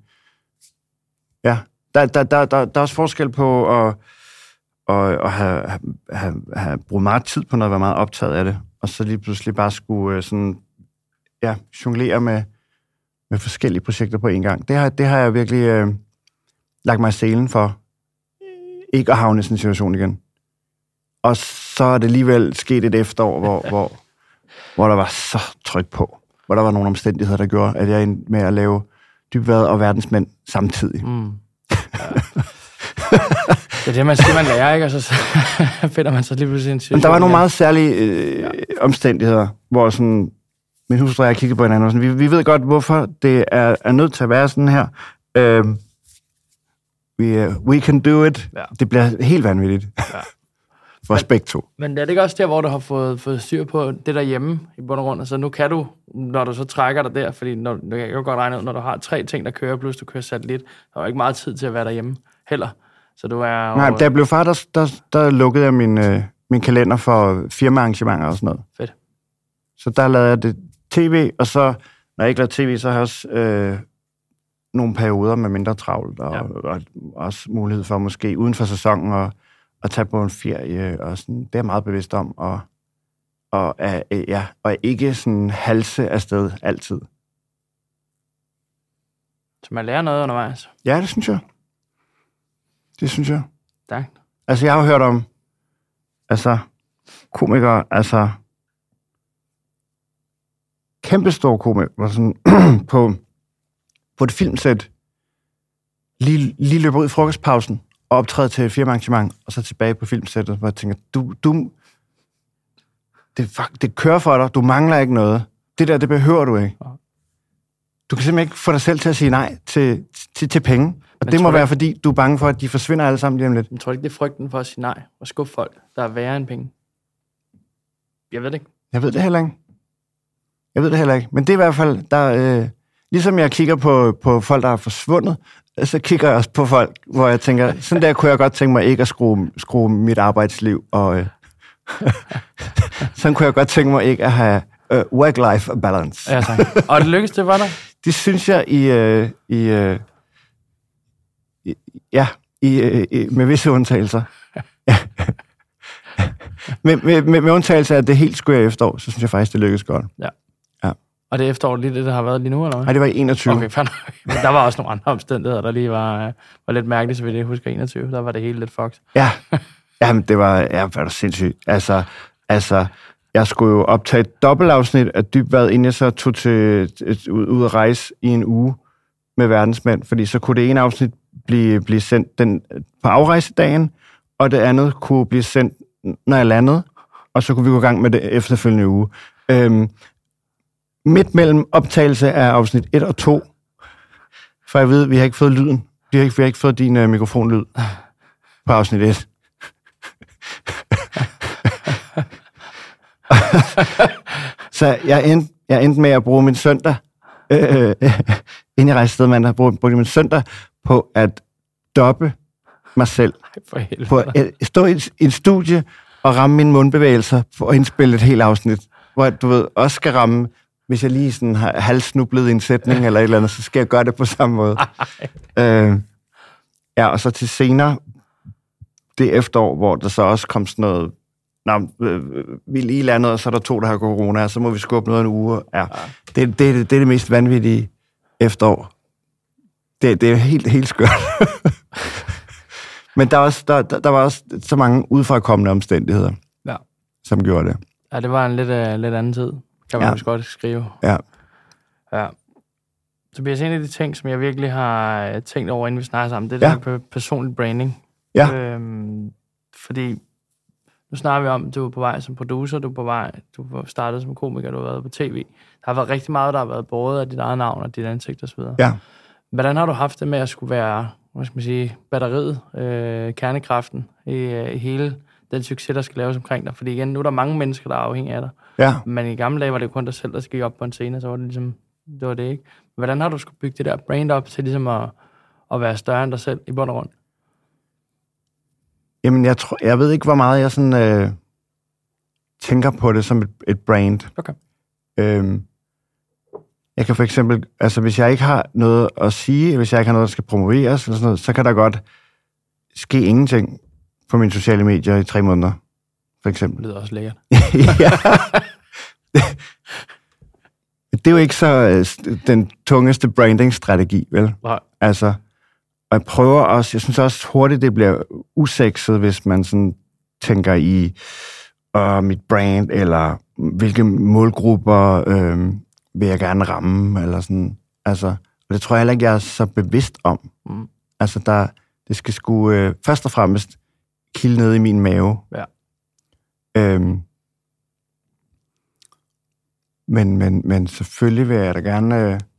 Ja, der, der, der, der, der er også forskel på at, at, at have, have, have brugt meget tid på noget, at være meget optaget af det, og så lige pludselig bare skulle sådan, ja, jonglere med, med forskellige projekter på en gang. Det har, det har jeg virkelig øh, lagt mig i selen for, ikke at havne i sådan en situation igen. Og så er det alligevel sket et efterår, hvor... hvor hvor der var så tryk på, hvor der var nogle omstændigheder, der gjorde, at jeg endte med at lave Dybvad og Verdensmænd samtidig. Mm. Ja. Det er det, man siger, man lærer, ikke? Og så finder man så lige pludselig en situation. Men der var nogle meget særlige øh, ja. omstændigheder, hvor sådan, min hustru og jeg kiggede på hinanden, og sådan, vi, vi ved godt, hvorfor det er, er nødt til at være sådan her. Uh, we, uh, we can do it. Ja. Det bliver helt vanvittigt. Ja. For begge to. Men er det ikke også der, hvor du har fået, fået styr på det derhjemme i bund og grund? Altså nu kan du, når du så trækker dig der, fordi når, jeg kan jo godt regne ud, når du har tre ting, der kører, plus du kører satellit, der er jo ikke meget tid til at være derhjemme heller. Så du er... Nej, da jeg blev far, der, der, der lukkede jeg min, øh, min kalender for firmaarrangementer og sådan noget. Fedt. Så der lavede jeg det tv, og så, når jeg ikke lavede tv, så har jeg også øh, nogle perioder med mindre travlt, og, ja. og, og også mulighed for måske uden for sæsonen og at tage på en ferie, og sådan, det er jeg meget bevidst om, og, og, uh, ja, og ikke sådan halse afsted altid. Så man lærer noget undervejs? Ja, det synes jeg. Det synes jeg. Tak. Altså, jeg har jo hørt om, altså, komikere, altså, kæmpestore komikere, sådan, på, på et filmsæt, lige, lige løber ud i frokostpausen, og optræder til et firmaarrangement, og så tilbage på filmsættet, hvor jeg tænker, du, du, det, det kører for dig, du mangler ikke noget. Det der, det behøver du ikke. Du kan simpelthen ikke få dig selv til at sige nej til, til, til penge. Og men det må være, fordi du er bange for, at de forsvinder alle sammen lige om lidt. Men tror du ikke, det er frygten for at sige nej og skuffe folk, der er værre end penge? Jeg ved det ikke. Jeg ved det heller ikke. Jeg ved det heller ikke. Men det er i hvert fald, der, øh, ligesom jeg kigger på, på folk, der er forsvundet, så kigger jeg også på folk, hvor jeg tænker, sådan der kunne jeg godt tænke mig ikke at skrue, skrue mit arbejdsliv. Og øh, sådan kunne jeg godt tænke mig ikke at have øh, work-life balance. Ja, tak. Og det lykkedes, det var der? Det synes jeg i, øh, i, øh, i ja, i, øh, med visse undtagelser. med, med, med, med undtagelse af det helt skøre efterår, så synes jeg faktisk, det lykkedes godt. Ja. Ja. Og det efterår lige det, der har været lige nu, eller hvad? Nej, det var i enogtyve. Okay, fandme. Men der var også nogle andre omstændigheder, der lige var, uh, var lidt mærkeligt, så vidt jeg husker enogtyve. Der var det hele lidt fucked. Ja, Jamen, det var, ja, var det sindssygt. Altså, altså, jeg skulle jo optage et dobbeltafsnit af Dybvad, inden jeg så tog til, ud, ud at rejse i en uge med verdensmænd, fordi så kunne det ene afsnit blive, blive sendt den, på afrejsedagen, og det andet kunne blive sendt, når jeg landede, og så kunne vi gå i gang med det efterfølgende uge. Øhm, midt mellem optagelse af afsnit et og to, for jeg ved, vi har ikke fået lyden. Vi har ikke, vi har ikke fået din uh, mikrofonlyd på afsnit et. Så jeg endte, jeg endte med at bruge min søndag, øh, øh, inden jeg rejste sted mandag, brugte brug min søndag på at doppe mig selv. Ej, på at stå i en studie og ramme mine mundbevægelser for at indspille et helt afsnit, hvor jeg, du ved, også skal ramme, hvis jeg lige sådan har halvsnublet i en sætning eller et eller andet, så skal jeg gøre det på samme måde. øh, ja, og så til senere, det efterår, hvor der så også kom sådan noget, nå, øh, vi lige landet, og så er der to, der har corona, og så må vi skubbe noget en uge. Ja, det, det, det, det er det mest vanvittige efterår. Det, det er helt, helt skørt. Men der, også, der, der, der var også så mange udefrakommende omstændigheder, ja, som gjorde det. Ja, det var en lidt, uh, lidt anden tid, kan man ja. også godt skrive. Ja. Ja. Så bliver en af de ting, som jeg virkelig har tænkt over, inden vi snakker sammen, det ja. er det der personlig branding. Ja. Øhm, fordi nu snakker vi om, at du er på vej som producer, du er på vej, du er startet som komiker, du har været på tv. Der har været rigtig meget, der har været båret af dit eget navn og dit ansigt osv. Ja. Hvordan har du haft det med at skulle være, hvad skal man sige, batteriet, øh, kernekraften i, øh, i hele den succes, der skal laves omkring dig? Fordi igen, nu er der mange mennesker, der er afhængige af dig. Ja. Men i gamle dage var det jo kun dig selv, der gik op på en scene, så var det ligesom, det var det ikke. Hvordan har du skulle bygge det der brand op til ligesom at, at være større end dig selv i bund og grund? Jamen, jeg, tror, jeg ved ikke, hvor meget jeg sådan, øh, tænker på det som et, et brand. Okay. Øhm, jeg kan for eksempel, altså hvis jeg ikke har noget at sige, hvis jeg ikke har noget, der skal promoveres, eller sådan noget, så kan der godt ske ingenting på mine sociale medier i tre måneder, for eksempel. Det lyder også lækkert. Ja. Det er jo ikke så øh, den tungeste branding-strategi, vel? Nej. Altså, og jeg prøver også, jeg synes også hurtigt, det bliver usekset, hvis man sådan tænker i øh, mit brand, eller hvilke målgrupper øh, vil jeg gerne ramme, eller sådan. Altså, og det tror jeg heller ikke, jeg er så bevidst om. Mm. Altså, der, det skal sgu øh, først og fremmest kilde ned i min mave. Ja. Øhm, men, men, men selvfølgelig vil jeg da gerne øh,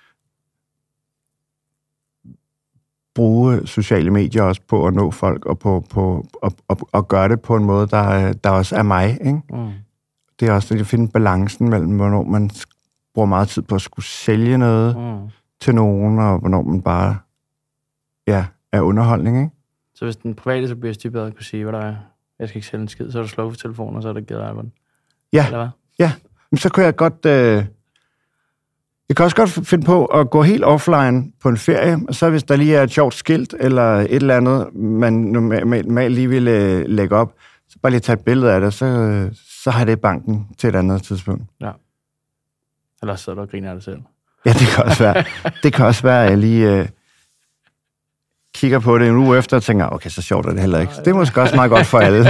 bruge sociale medier også på at nå folk, og, på, på, og, og, og gøre det på en måde, der, der også er mig. Ikke? Mm. Det er også at finde balancen mellem, hvornår man bruger meget tid på at skulle sælge noget mm. til nogen, og hvornår man bare ja, er underholdning. Ikke? Så hvis den private, så bliver jeg bedre kunne sige, hvad der er, jeg skal ikke sælge en skid, så er du slukket for telefonen, og så er det givet album. Ja, eller hvad? Ja. Men så kunne jeg godt... Øh, jeg kan også godt finde på at gå helt offline på en ferie, og så hvis der lige er et sjovt skilt, eller et eller andet, man normalt lige ville lægge op, så bare lige tage et billede af det, så, så har det i banken til et andet tidspunkt. Ja. Eller så sidder du og griner af det selv. Ja, det kan også være. Det kan også være, at jeg lige øh, kigger på det en uge efter og tænker, okay, så sjovt er det heller ikke. Så det er måske også meget godt for alle.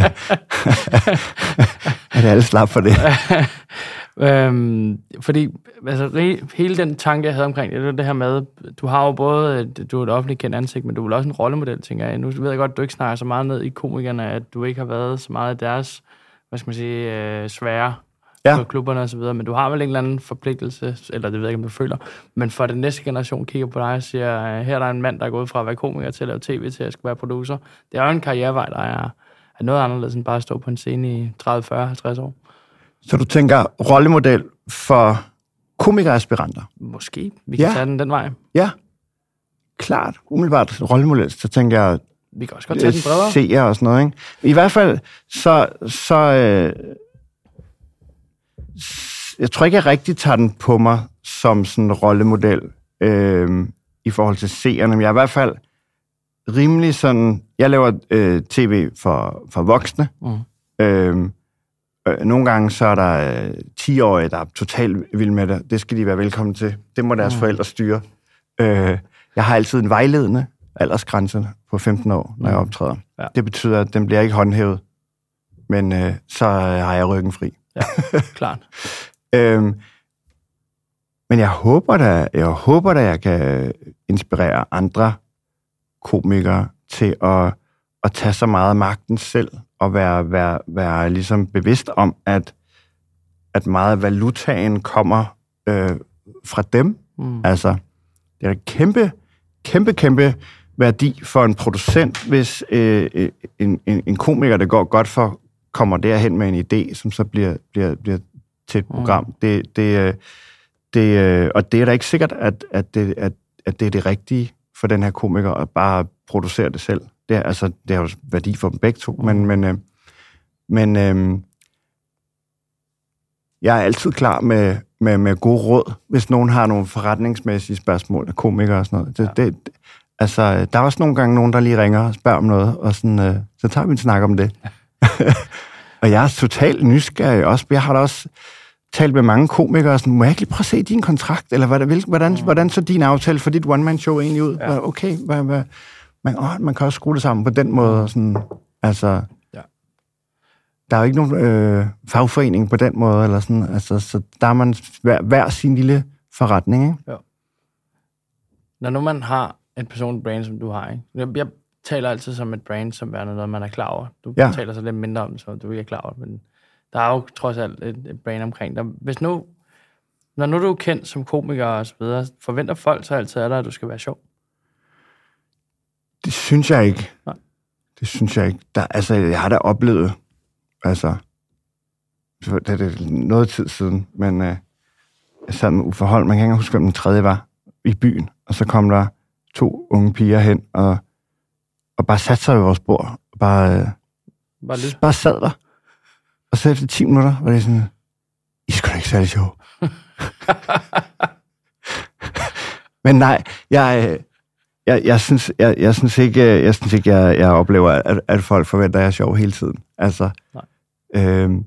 At alle slap for det. øhm, fordi altså, hele den tanke, jeg havde omkring det, det her med, du har jo både, du er et offentligt kendt ansigt, men du er vel også en rollemodel, tænker jeg. Nu ved jeg godt, at du ikke snakker så meget ned i komikerne, at du ikke har været så meget af deres, hvad skal man sige, øh, svære ja. på klubberne og så videre, men du har vel en eller anden forpligtelse, eller det ved jeg ikke, om du føler, men for den næste generation kigger på dig og siger, her er der en mand, der er gået fra at være komiker til at lave tv, til at skal være producer. Det er jo en karrierevej, der er, er noget anderledes end bare at stå på en scene i tredive, fyrre, halvtreds år. Så du tænker rollemodel for komikeraspiranter? Måske. Vi kan ja. tage den den vej. Ja, klart. Umiddelbart rollemodel, så tænker jeg... Vi kan også godt tage den bredere. Seer og sådan noget, ikke? I hvert fald, så... så øh, jeg tror ikke, jeg rigtig tager den på mig som sådan en rollemodel øh, i forhold til seerne, men jeg er i hvert fald rimelig sådan... Jeg laver øh, tv for, for voksne. Mm. Øh, Nogle gange så er der øh, ti-årige, der er totalt vilde med det. Det skal de være velkommen til. Det må deres mm. forældre styre. Øh, jeg har altid en vejledende aldersgrænse på femten år, når mm. jeg optræder. Ja. Det betyder, at den bliver ikke håndhævet. Men øh, så har jeg ryggen fri. Ja, klart. øhm, men jeg håber da, jeg håber da, jeg kan inspirere andre komikere til at, at tage så meget af magten selv, og være, være, være ligesom bevidst om, at, at meget af valutaen kommer øh, fra dem. Mm. Altså, det er en kæmpe, kæmpe, kæmpe værdi for en producent, hvis øh, en, en, en komiker, der går godt for, kommer derhen med en idé, som så bliver, bliver, bliver til et program. Mm. Det, det, det, og det er da ikke sikkert, at, at, det, at, at det er det rigtige for den her komiker, at bare producere det selv. Det er, altså, det har jo værdi for dem begge to, mm. men, men, øh, men øh, jeg er altid klar med, med, med gode råd, hvis nogen har nogle forretningsmæssige spørgsmål af komikere og sådan noget. Det, ja. det, det, altså, der er også nogle gange nogen, der lige ringer og spørger om noget, og sådan, øh, så tager vi en snak om det. Og jeg er totalt nysgerrig også. Jeg har da også talt med mange komikere, og sådan, må jeg ikke lige prøve at se din kontrakt, eller hvordan, hvordan, mm. hvordan så din aftale for dit one-man-show egentlig ud? Ja. Okay, hvad, hvad Man, åh, man kan også skrue det sammen på den måde. Og sådan, altså, ja. Der er jo ikke nogen øh, fagforening på den måde, eller sådan, altså, så der er man hver, hver sin lille forretning. Ikke? Ja. Når nu man har et personligt brand, som du har, ikke? Jeg, jeg taler altid som et brand, som er noget, man er klar over. Du ja. taler så lidt mindre om det, så du ikke er klar over det, men der er jo trods alt et, et brand omkring dig. Hvis nu, når nu du er kendt som komiker og så videre, forventer folk så altid af dig, at du skal være sjov? Det synes jeg ikke. Nej. Det synes jeg ikke. Der, altså, jeg har da oplevet, altså, det er noget tid siden, men øh, jeg sad med Uffe Holm, man kan ikke huske, hvem den tredje var, i byen, og så kom der to unge piger hen, og, og bare satte sig ved vores bord, og bare, øh, bare, bare sad der. Og så efter ti minutter var det sådan, I skulle da ikke særlig sjov. Men nej, jeg... Øh, Jeg, jeg, synes, jeg, jeg synes ikke, jeg, synes ikke, jeg, jeg oplever, at, at folk forventer, at jeg er sjov hele tiden. Altså, øhm,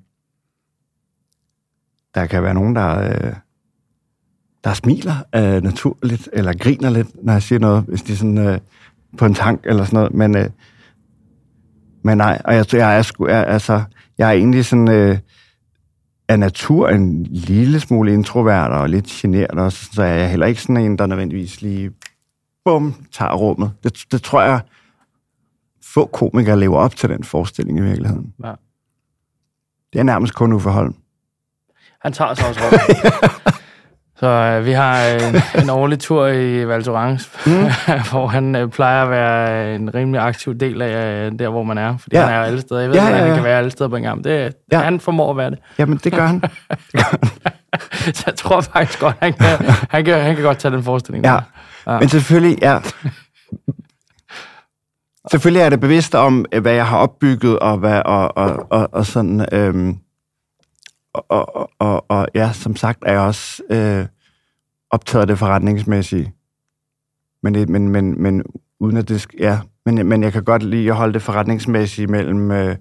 der kan være nogen, der, øh, der smiler øh, naturligt, eller griner lidt, når jeg siger noget, hvis de er sådan øh, på en tank eller sådan noget. Men, øh, men nej, og jeg, jeg, er, sgu, jeg, altså, jeg er egentlig sådan øh, af natur en lille smule introvert og lidt genert også, så jeg er heller ikke sådan en, der nødvendigvis lige bum, tager rummet. Det, det tror jeg, få komikere lever op til den forestilling i virkeligheden. Ja. Det er nærmest kun Uffe Holm. Han tager så også rummet. Så øh, vi har en, en årlig tur i Val Thorens, mm. hvor han øh, plejer at være en rimelig aktiv del af øh, der, hvor man er. Fordi ja. han er jo alle steder. Jeg ved, ja, ja, ja. han kan være alle steder på en gang. Det, ja. Han formår at være det. Jamen, det gør han. Det gør han. Så jeg tror faktisk godt, han kan, han kan, han kan godt tage den forestilling. Ja. Ja. Men selvfølgelig, ja. Selvfølgelig er det bevidst om, hvad jeg har opbygget, og, hvad, og, og, og, og sådan... Øhm, og, og, og, og ja, som sagt er jeg også øh, optaget af det forretningsmæssige. Men, det, men, men, men uden at det... Ja, men, men jeg kan godt lide at holde det forretningsmæssige mellem øh,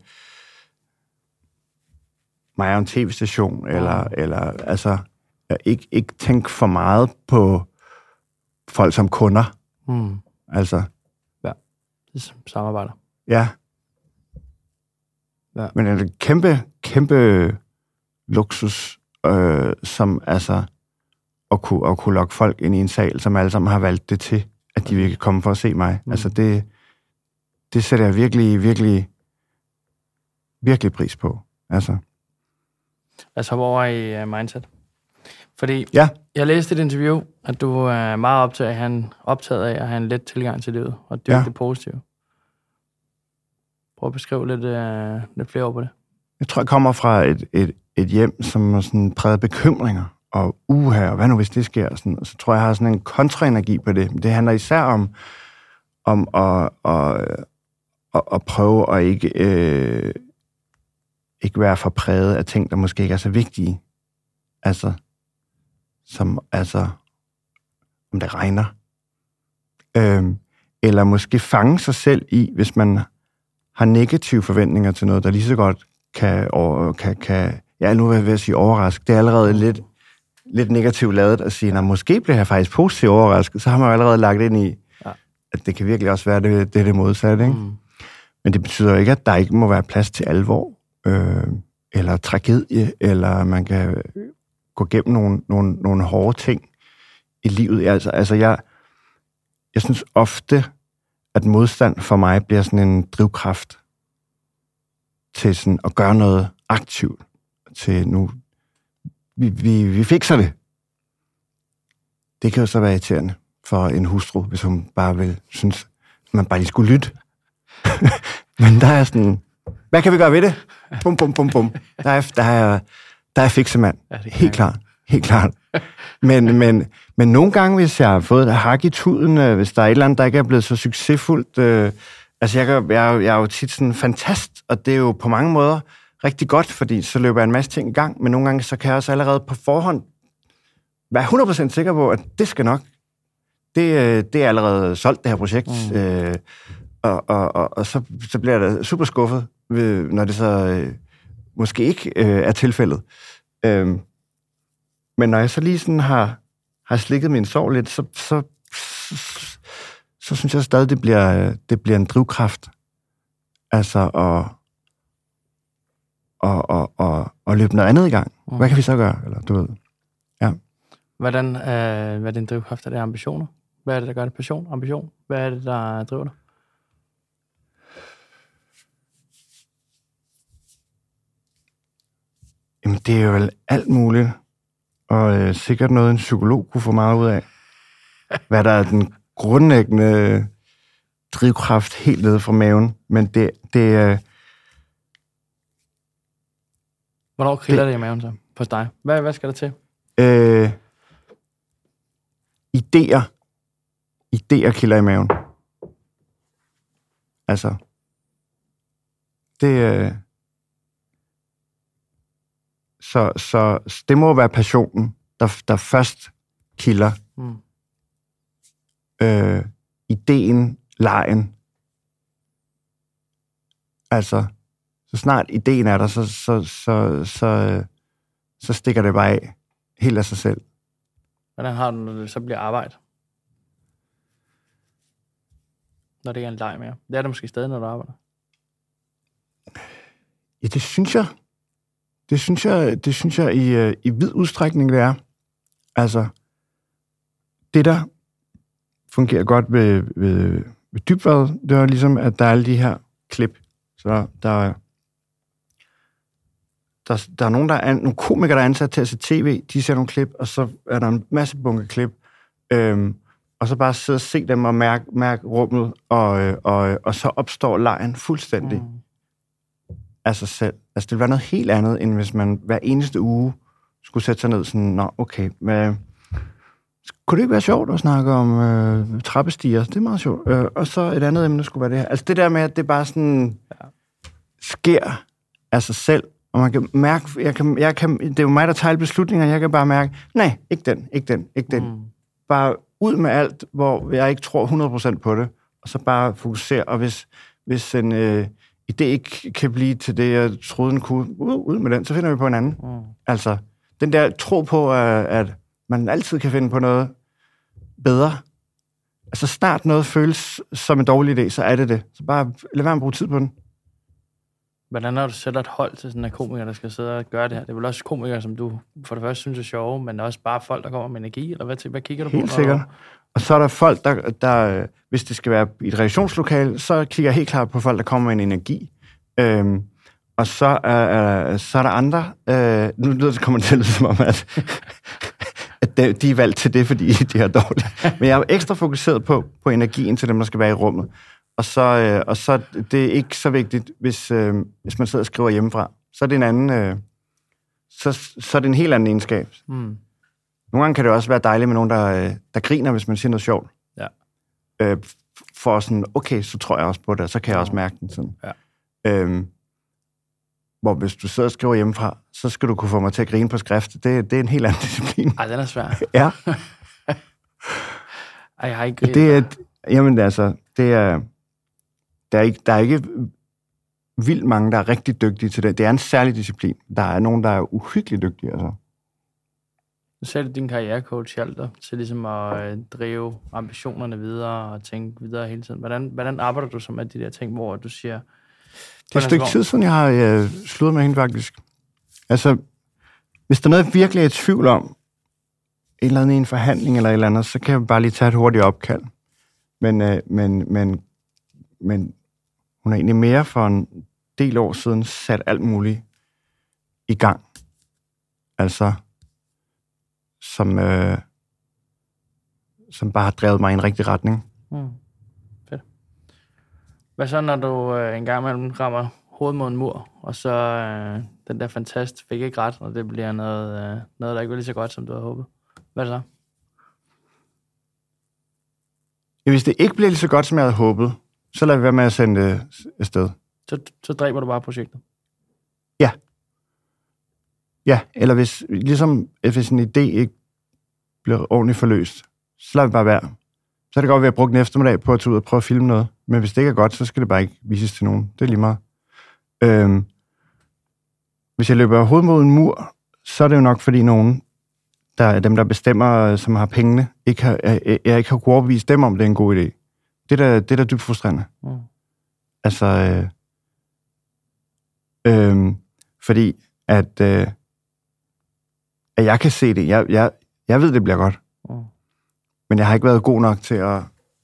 mig og en tv-station, eller, eller altså... Ikke, ikke tænke for meget på folk som kunder. Mm. Altså, Det samarbejder. Ja. ja. Men det er en kæmpe, kæmpe luksus, øh, som altså at kunne, at kunne lokke folk ind i en sal, som alle sammen har valgt det til, at de vil komme for at se mig. Mm. Altså det, det sætter jeg virkelig, virkelig, virkelig pris på. Altså. Lad os hoppe over i uh, mindset. Fordi ja. jeg læste et interview, at du er meget optaget af, han, optaget af at have en let tilgang til livet, og dyrke ja. det positive. Prøv at beskrive lidt, uh, lidt flere ord på det. Jeg tror, jeg kommer fra et, et, et hjem, som er sådan præget bekymringer, og uha, og hvad nu hvis det sker? Sådan, og så tror jeg, jeg har sådan en kontraenergi på det. Men det handler især om, om at, at, at, at prøve at ikke, øh, ikke være for præget af ting, der måske ikke er så vigtige. Altså, som, altså om det regner. Øhm, eller måske fange sig selv i, hvis man har negative forventninger til noget, der lige så godt kan, over, kan, kan ja, nu vil jeg sige overraske. Det er allerede lidt, lidt negativt lavet at sige, at måske bliver jeg faktisk positivt overrasket. Så har man jo allerede lagt ind i, ja. at det kan virkelig også være det, det, det modsatte. Ikke? Mm. Men det betyder jo ikke, at der ikke må være plads til alvor, øh, eller tragedie, eller man kan gå gennem nogle, nogle, nogle hårde ting i livet. Altså, altså jeg, jeg synes ofte, at modstand for mig bliver sådan en drivkraft til sådan at gøre noget aktivt. Til nu, vi, vi, vi fikser det. Det kan jo så være irriterende for en hustru, hvis hun bare vil synes, at man bare lige skulle lytte. Men der er sådan, hvad kan vi gøre ved det? Bum, bum, bum, bum. Der er, der er, der er fiksemand. Ja, helt klart. Helt klart. Men, men, men nogle gange, hvis jeg har fået et hak i tuden, øh, hvis der er et eller andet, der ikke er blevet så succesfuldt, øh, altså jeg, jeg, jeg, jeg er jo tit sådan fantast, og det er jo på mange måder rigtig godt, fordi så løber jeg en masse ting i gang, men nogle gange så kan jeg også allerede på forhånd være hundrede procent sikker på, at det skal nok. Det, øh, det er allerede solgt, det her projekt. Mm. Øh, og og, og, og så, så bliver jeg da super skuffet, ved, når det så øh, måske ikke øh, er tilfældet. Øh, Men når jeg så lige sådan har, har slikket min sorg lidt, så, så, så, så synes jeg stadig, det bliver, det bliver en drivkraft. Altså at, at, at, at, at løbe noget andet i gang. Hvad kan vi så gøre? Eller, du ved. Ja. Hvordan, øh, hvad er din drivkraft? Er det ambitioner? Hvad er det, der gør det? Passion? Ambition? Hvad er det, der driver dig? Jamen, det er jo vel alt muligt. Og øh, sikkert noget, en psykolog kunne få meget ud af. Hvad der er den grundlæggende drivkraft helt nede fra maven. Men det... det øh, Hvornår kriller det, det i maven så? Hos dig? Hvad, hvad skal der til? Øh, idéer. Idéer kilder i maven. Altså... Det... Øh, Så, så det må være passionen, der, der først kilder. Mm. Øh, ideen, lejen. Altså, så snart ideen er der, så, så, så, så, så stikker det bare af. Helt af sig selv. Hvordan har du, når det så bliver arbejde? Når det ikke er en leg mere. Det er det måske stadig, når du arbejder. Ja, det synes jeg. Det synes jeg, det synes jeg i, i vid udstrækning, det er. Altså, det der fungerer godt ved, ved, ved Dybvad, det er ligesom, at der er alle de her klip. Så der, der, der er nogen, der er, nogle komikere, der er ansat til at se tv, de ser nogle klip, og så er der en masse bunke klip. Øhm, og så bare sidde og se dem og mærke, mærke rummet, og, og, og så opstår lejen fuldstændig. Mm. Af sig selv. Altså, det ville være noget helt andet, end hvis man hver eneste uge skulle sætte sig ned sådan, nå, okay, men kunne det ikke være sjovt at snakke om øh, trappestiger? Det er meget sjovt. Øh, og så et andet emne skulle være det her. Altså, det der med, at det bare sådan sker af sig selv, og man kan mærke, jeg kan, jeg kan, det er jo mig, der tager alle beslutninger, jeg kan bare mærke, nej, ikke den, ikke den, ikke den. Mm. Bare ud med alt, hvor jeg ikke tror hundrede procent på det, og så bare fokusere, og hvis, hvis en... Øh, idé ikke kan blive til det, jeg troede, den kunne. Uh, ud med den, så finder vi på en anden. Mm. Altså, den der tro på, at man altid kan finde på noget bedre, altså snart noget føles som en dårlig idé, så er det det. Så bare lad være med at bruge tid på den. Hvordan når du sætter et hold til sådan en komiker, der skal sidde og gøre det her? Det er vel også komikere, som du for det første synes er sjove, men også bare folk, der kommer med energi, eller hvad, hvad kigger du på? Helt sikkert. Og så er der folk, der, der, hvis det skal være i et redaktionslokale, så kigger jeg helt klart på folk, der kommer med en energi. Øhm, og så er, så er der andre, øh, nu lyder det kommer til at lyde som om, at, at de, de er valgt til det, fordi de er dårlige. Men jeg er ekstra fokuseret på, på energien til dem, der skal være i rummet. Og så, øh, og så det er ikke så vigtigt, hvis, øh, hvis man sidder og skriver hjemmefra. Så er det en anden, øh, så, så er det en helt anden egenskab. Mm. Nogle gange kan det også være dejligt med nogen, der, øh, der griner, hvis man siger noget sjovt. Ja. Øh, for sådan, okay, så tror jeg også på det, og så kan jeg også mærke den sådan. Ja. Øhm, hvor hvis du sidder og skriver hjemmefra, så skal du kunne få mig til at grine på skrift. Det, det er en helt anden disciplin. Ej, den er svær. Ja. Ej, jeg har ikke grinet. Det er, jamen altså, det er, der er, ikke, der er ikke vildt mange, der er rigtig dygtige til det. Det er en særlig disciplin. Der er nogen, der er uhyggeligt dygtige, altså. Nu sagde du, din karrierecoach hjalp dig til ligesom at øh, drive ambitionerne videre og tænke videre hele tiden. Hvordan, hvordan arbejder du så med de der ting, hvor du siger... Det er et stykke tid siden, jeg har øh, sluttet med hende faktisk. Altså, hvis der er noget, jeg virkelig er i tvivl om, en eller andet i en forhandling eller et eller andet, så kan jeg bare lige tage et hurtigt opkald. Men, øh, men, men, men hun er egentlig mere for en del år siden sat alt muligt i gang. Altså, som, øh, som bare har drevet mig i en rigtig retning. Mm. Fedt. Hvad så, når du øh, en gang imellem rammer hovedet mod en mur, og så øh, den der fantast fik ikke ret, og det bliver noget, øh, noget, der ikke var lige så godt, som du havde håbet? Hvad så? Ja, hvis det ikke bliver lige så godt, som jeg havde håbet, så lader vi være med at sende det afsted. Så, så dræber du bare projektet? Ja. Ja, eller hvis, ligesom, hvis en idé ikke bliver ordentligt forløst, så lader vi bare være. Så er det godt, at vi har brugt en eftermiddag på at tage ud og prøve at filme noget. Men hvis det ikke er godt, så skal det bare ikke vises til nogen. Det er lige meget. Øhm, hvis jeg løber hovedet mod en mur, så er det jo nok, fordi nogen, der er dem, der bestemmer, som har pengene, ikke har, jeg, jeg ikke har kunnet overbevise dem om, det er en god idé. Det er da, det er da dybt frustrerende. Mm. Altså, øh, øh, fordi at, øh, at jeg kan se det. Jeg, jeg, jeg ved, det bliver godt. Mm. Men jeg har ikke været god nok til at,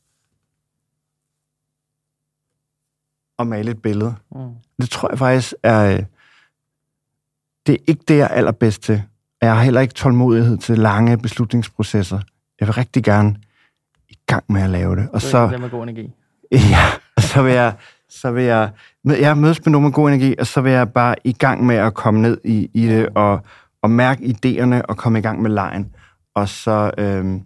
at male et billede. Mm. Det tror jeg faktisk er... Det er ikke det, jeg er allerbedst til. Jeg har heller ikke tålmodighed til lange beslutningsprocesser. Jeg vil rigtig gerne i gang med at lave det. Og det så, det med god energi. Ja, og så vil jeg... Så vil jeg, jeg mødes med nogen med god energi, og så vil jeg bare i gang med at komme ned i, i det, og, og mærke idéerne, og komme i gang med lejen. Og så... Øhm,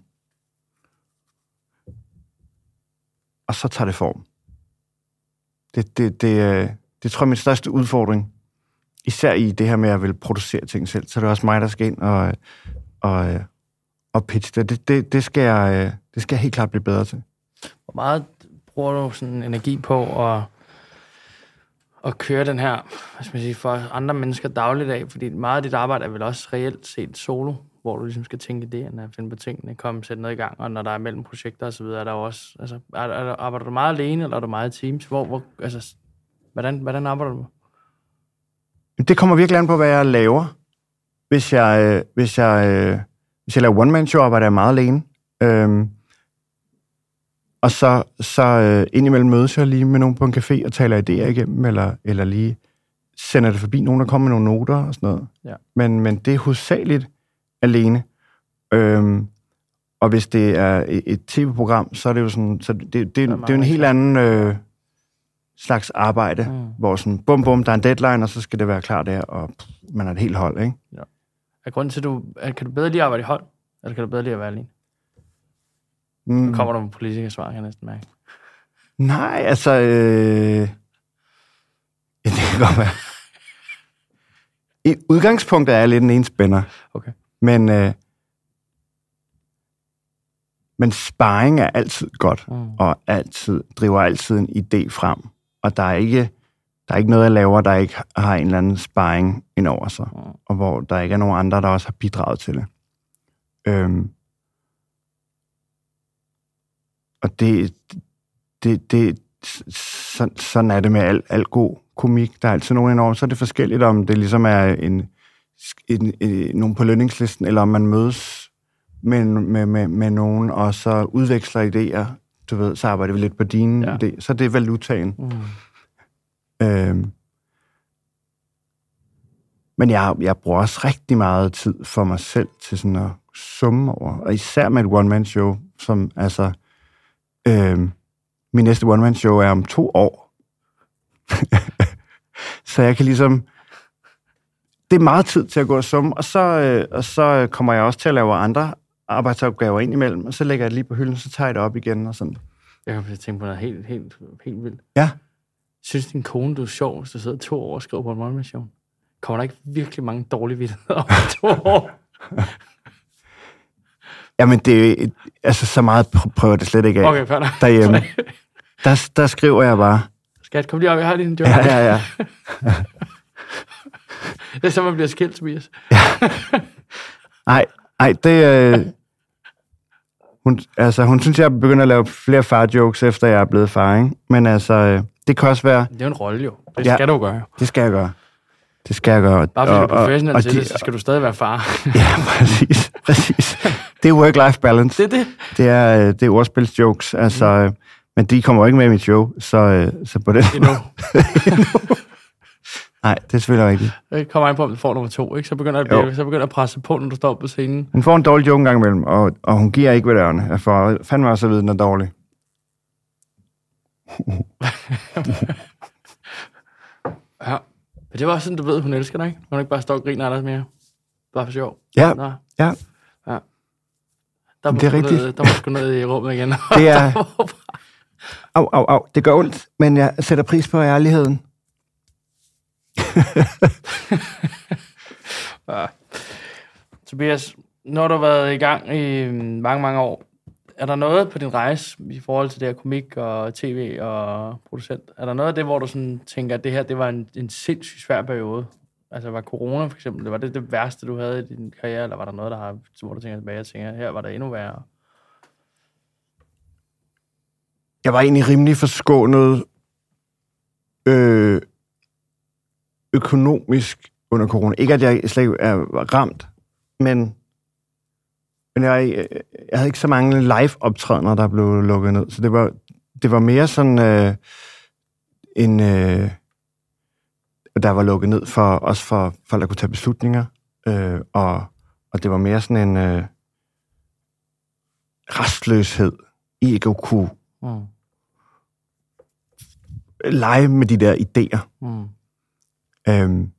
og så tager det form. Det, det, det, det tror jeg er min største udfordring. Især i det her med, at jeg vil producere ting selv. Så er det også mig, der skal ind og, og, og pitche det. Det, det, det, skal jeg, det skal jeg helt klart blive bedre til. Hvor meget bruger du sådan energi på at, at køre den her, hvad skal man sige, for andre mennesker dagligdag? Fordi meget af dit arbejde er vel også reelt set solo, hvor du ligesom skal tænke idéerne, finde på tingene, komme, sætte noget i gang, og når der er mellem projekter og så videre, er der også, altså, er, er, arbejder du meget alene, eller er du meget i teams? Hvor, hvor, altså, hvordan, hvordan arbejder du? Det kommer virkelig an på, hvad jeg laver. Hvis jeg, øh, hvis jeg, øh, hvis jeg laver one-man-show, arbejder jeg meget alene. Øhm, og så, så øh, indimellem mødes jeg lige med nogen på en café og taler idéer igennem, eller, eller lige sender det forbi nogen, der kommer med nogle noter og sådan noget. Ja. Men, men det er hovedsageligt alene. Øhm, og hvis det er et, et tv-program, så er det jo sådan, så det, det, det, det er jo en helt anden øh, slags arbejde, mm. hvor sådan, bum, bum, der er en deadline, og så skal det være klar der, og pff, man er et helt hold, ikke? Ja. Er grunden til, at du, kan du bedre lige arbejde i hold, eller kan du bedre lige at være alene? Mm. Nu kommer der med politikersvar, kan jeg næsten mærke. Nej, altså... Øh... Ja, det kan godt være. I udgangspunktet er jeg lidt en ene spænder. Okay. Men, øh... men sparring er altid godt, mm. og altid driver altid en idé frem. Og der er ikke, der er ikke noget, jeg laver, der ikke har en eller anden sparring ind over sig. Mm. Og hvor der ikke er nogen andre, der også har bidraget til det. Øhm... og det, det, det sådan, sådan er det med al, al god komik. Der er altid nogen enormt. Så er det forskelligt, om det ligesom er en, en, en, nogen på lønningslisten, eller om man mødes med, med, med, med nogen, og så udveksler idéer. Du ved, så arbejder vi lidt på dine ja. idéer. Så det er valutaen. Mm. Øhm. Men jeg, jeg bruger også rigtig meget tid for mig selv til sådan at summe over. Og især med et one-man-show, som altså... Øhm, min næste one-man-show er om to år. Så jeg kan ligesom... Det er meget tid til at gå og summe, og så, øh, og så kommer jeg også til at lave andre arbejdsopgaver ind imellem, og så lægger jeg det lige på hylden, så tager jeg det op igen og sådan. Jeg kan tænke på noget helt, helt, helt vildt. Ja. Synes din kone, du er sjov, hvis du sidder to år og skriver på en one-man-show? Kommer der ikke virkelig mange dårlige vittigheder om to år? Jamen, det er altså så meget prøver det slet ikke af. Okay, færdig. Derhjemme. Der, der skriver jeg bare. Skat, kom lige op, jeg har lige en joke. Ja, ja, ja. Det er så, man bliver skilt, Tobias. Nej, nej, det... Øh, hun, altså, hun synes, jeg begynder at lave flere far-jokes, efter jeg er blevet far, ikke? Men altså, øh, det kan også være... Det er en rolle, jo. Det skal ja, du gøre. Det skal jeg gøre. Det skal jeg gøre. Bare fordi du er professionel og, til det, så skal du stadig være far. Ja, præcis. præcis. Det er work-life balance. Det er det. Det er, det er ordspilsjokes, altså... Mm. Men de kommer jo ikke med i mit show, så, så på den Endnu. Nej, det er selvfølgelig rigtigt. Det kommer an på, om du får nummer to, ikke? Så begynder, det blive, så begynder at presse på, når du står på scenen. Hun får en dårlig joke en gang imellem, og, og hun giver ikke ved dørene. Jeg får fandme også at vide, den er dårlig. Ja, men det var også sådan, du ved, hun elsker dig, ikke? Hun ikke bare står og griner af dig mere. Bare for sjov. Ja, Nå. ja. Ja. Der det er rigtigt. Ned, der må sgu ned i rummet igen. Det er... Au, au, au. Det gør ondt, men jeg sætter pris på ærligheden. Ja. Tobias, når du har været i gang i mange, mange år, er der noget på din rejse i forhold til det her komik og tv og producent? Er der noget af det, hvor du sådan tænker, at det her det var en, en sindssygt svær periode? Altså var corona for eksempel, det var det det værste, du havde i din karriere, eller var der noget, der har, hvor du tænker tilbage og tænker, her var der endnu værre? Jeg var egentlig rimelig forskånet øh, økonomisk under corona. Ikke, at jeg slet er ramt, men, men jeg, jeg havde ikke så mange live-optrædener, der blev lukket ned. Så det var, det var mere sådan øh, en... Øh, der var lukket ned for også for folk, der kunne tage beslutninger. Øh, og, og det var mere sådan en øh, restløshed i ikke at kunne mm. lege med de der idéer. Mm. Øhm,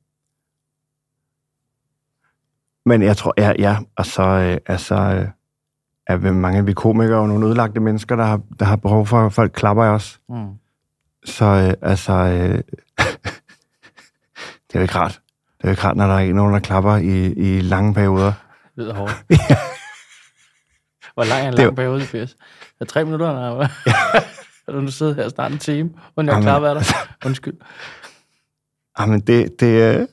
men jeg tror, ja, ja og så øh, altså, øh, er vi mange af vi komikere og nogle ødelagte mennesker, der har, der har behov for, at folk klapper af os. Mm. Så øh, altså... Øh, det er jo ikke rart. Det er jo ikke rart, når der er ikke nogen, der klapper i, i lange perioder. Det lyder hårdt. Hvor lang er en lang det... periode, Firs? Det er tre minutter, eller hvad? Du sidder her snart en time, uden jeg klapper af dig. Undskyld. Jamen, det... det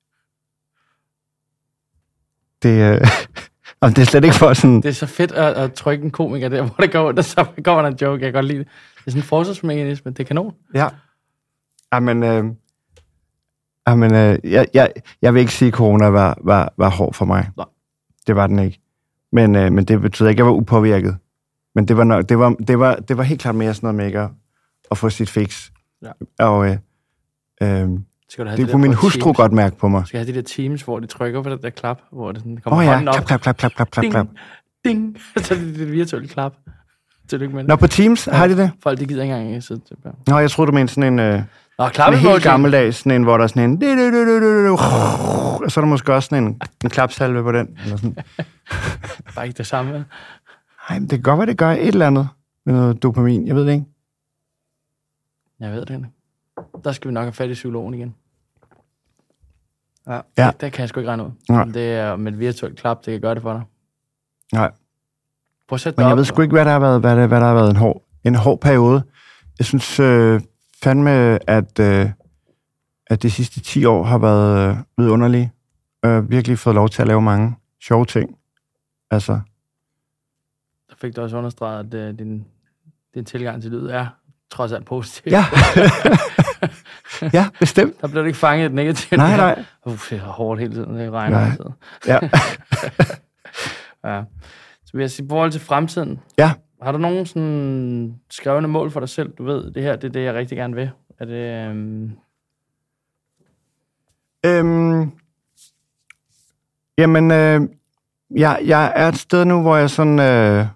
det, det er slet ikke for sådan... Det er så fedt at, at trykke en komiker der, hvor det går under, så går der en joke. Jeg kan godt lide det. Det er sådan en forsvarsmekanisme. Det er kanon. Ja. Jamen... Øh... Jamen, øh, jeg, jeg, jeg vil ikke sige, at corona var, var, var hård for mig. Nej. Det var den ikke. Men, øh, men det betyder ikke, at jeg var upåvirket. Men det var, nok, det var, det var, det var helt klart mere sådan noget med ikke at, at få sit fix. Ja. Og øh, øh, det kunne min hustru teams. Godt mærke på mig. Skal jeg have de der teams, hvor de trykker på det der klap, hvor det sådan kommer oh, ja. hånden op. Klap, klap, klap, klap, klap, klap, ding, klap. Ding, så er det det virtuelle klap. Tillykke med det. Nå, på Teams, ja, har de det? Folk, de gider ikke engang sidde til. Nå, jeg troede, du mente sådan en... Øh, Nå, klap en helt gammeldags, sådan en, hvor der er sådan en... Og så er der måske også sådan en, en klapsalve på den. Eller sådan. Bare ikke det samme, vel? Nej, men det kan godt være, det gør et eller andet med noget dopamin. Jeg ved det ikke. Jeg ved det ikke. Der skal vi nok have fat i psykologen igen. Ja, ja. Det, det kan jeg sgu ikke regne ud. Ja. Det er med et virtuelt klap, det kan gøre det for dig. Nej. Prøv at sætte Men jeg op, ved sgu ikke, hvad der har været, hvad der, hvad der har været en hård, en hård periode. Jeg synes øh, fandme, at, øh, at de sidste ti år har været øh, vidunderlige. Øh, virkelig fået lov til at lave mange sjove ting. Altså. Der fik du også understreget, at øh, din, din tilgang til lyd er trods alt positiv. Ja, ja, bestemt. Der blev du ikke fanget i det negative. Nej, nej. Uff, det er hårdt hele tiden, det regner hele tiden. Ja. Ja. Så vil jeg sige, i forhold til fremtiden, Ja. har du nogen sådan skrevne mål for dig selv? Du ved, det her, det er det, jeg rigtig gerne vil. Er det... Øhm... Øhm, jamen, øh, jeg, jeg er et sted nu, hvor jeg sådan øh,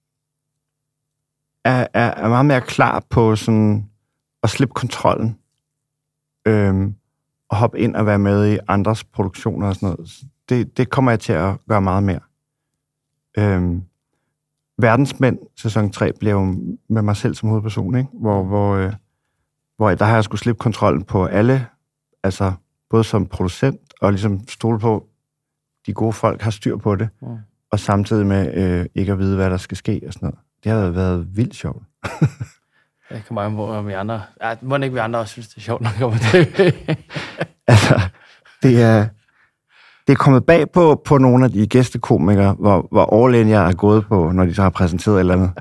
er, er, er meget mere klar på sådan at slippe kontrollen. Øhm, og hoppe ind og være med i andres produktioner og sådan noget. Det, det kommer jeg til at gøre meget mere. Øhm, Verdensmænd, sæson tre, bliver jo med mig selv som hovedperson, ikke? Hvor, hvor, øh, hvor der har jeg skulle slippe kontrollen på alle, altså både som producent og ligesom stole på, de gode folk har styr på det, mm. og samtidig med øh, ikke at vide, hvad der skal ske og sådan noget. Det har været vildt sjovt. Jeg kan meget på, om vi andre... Ja, må ikke vi andre også synes, det er sjovt, når det kommer til. Altså, det er... Det er kommet bag på, på nogle af de gæstekomikere, hvor, hvor all in jeg er gået på, når de så har præsenteret et eller andet.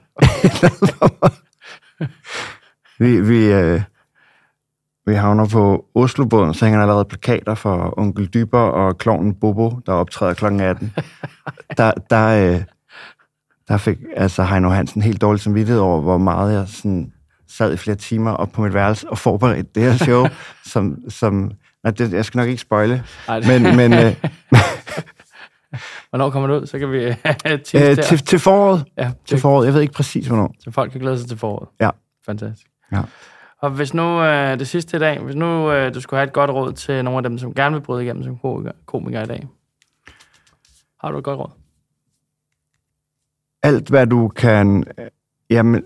vi, vi, øh, vi havner på Oslobåden, så hænger der allerede plakater for Onkel Dyber og klovnen Bobo, der optræder klokken atten. Der, der, øh, der fik altså Heino Hansen helt dårligt samvittighed over, hvor meget jeg sådan, sad i flere timer op på mit værelse og forberedte det her show, som... som nej, det, jeg skal nok ikke spoile, Ej, det... men... men øh, hvornår kommer det ud? Så kan vi øh, til, til foråret. Ja, til... til foråret. Jeg ved ikke præcis, hvornår. Så folk kan glæde sig til foråret. Ja. Fantastisk. Ja. Og hvis nu, øh, det sidste i dag, hvis nu øh, du skulle have et godt råd til nogle af dem, som gerne vil bryde igennem som komiker i dag, har du et godt råd? Alt, hvad du kan... Øh, jamen,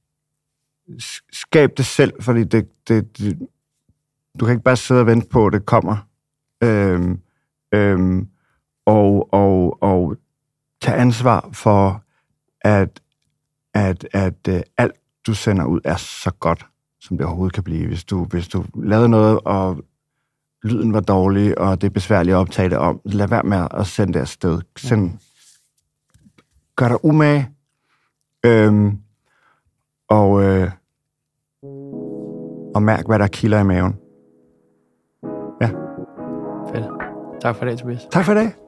skab det selv, fordi det, det, det du kan ikke bare sidde og vente på, at det kommer. Øhm, øhm, og, og, og tage ansvar for, at, at, at uh, alt, du sender ud, er så godt, som det overhovedet kan blive. Hvis du, hvis du lavede noget, og lyden var dårlig, og det er besværligt at optage det om, lad være med at sende det afsted. Send, gør dig umage. Øhm, og, øh, og mærk, hvad der kilder i maven. Ja. Fedt. Tak for det, Tobias. Tak for det.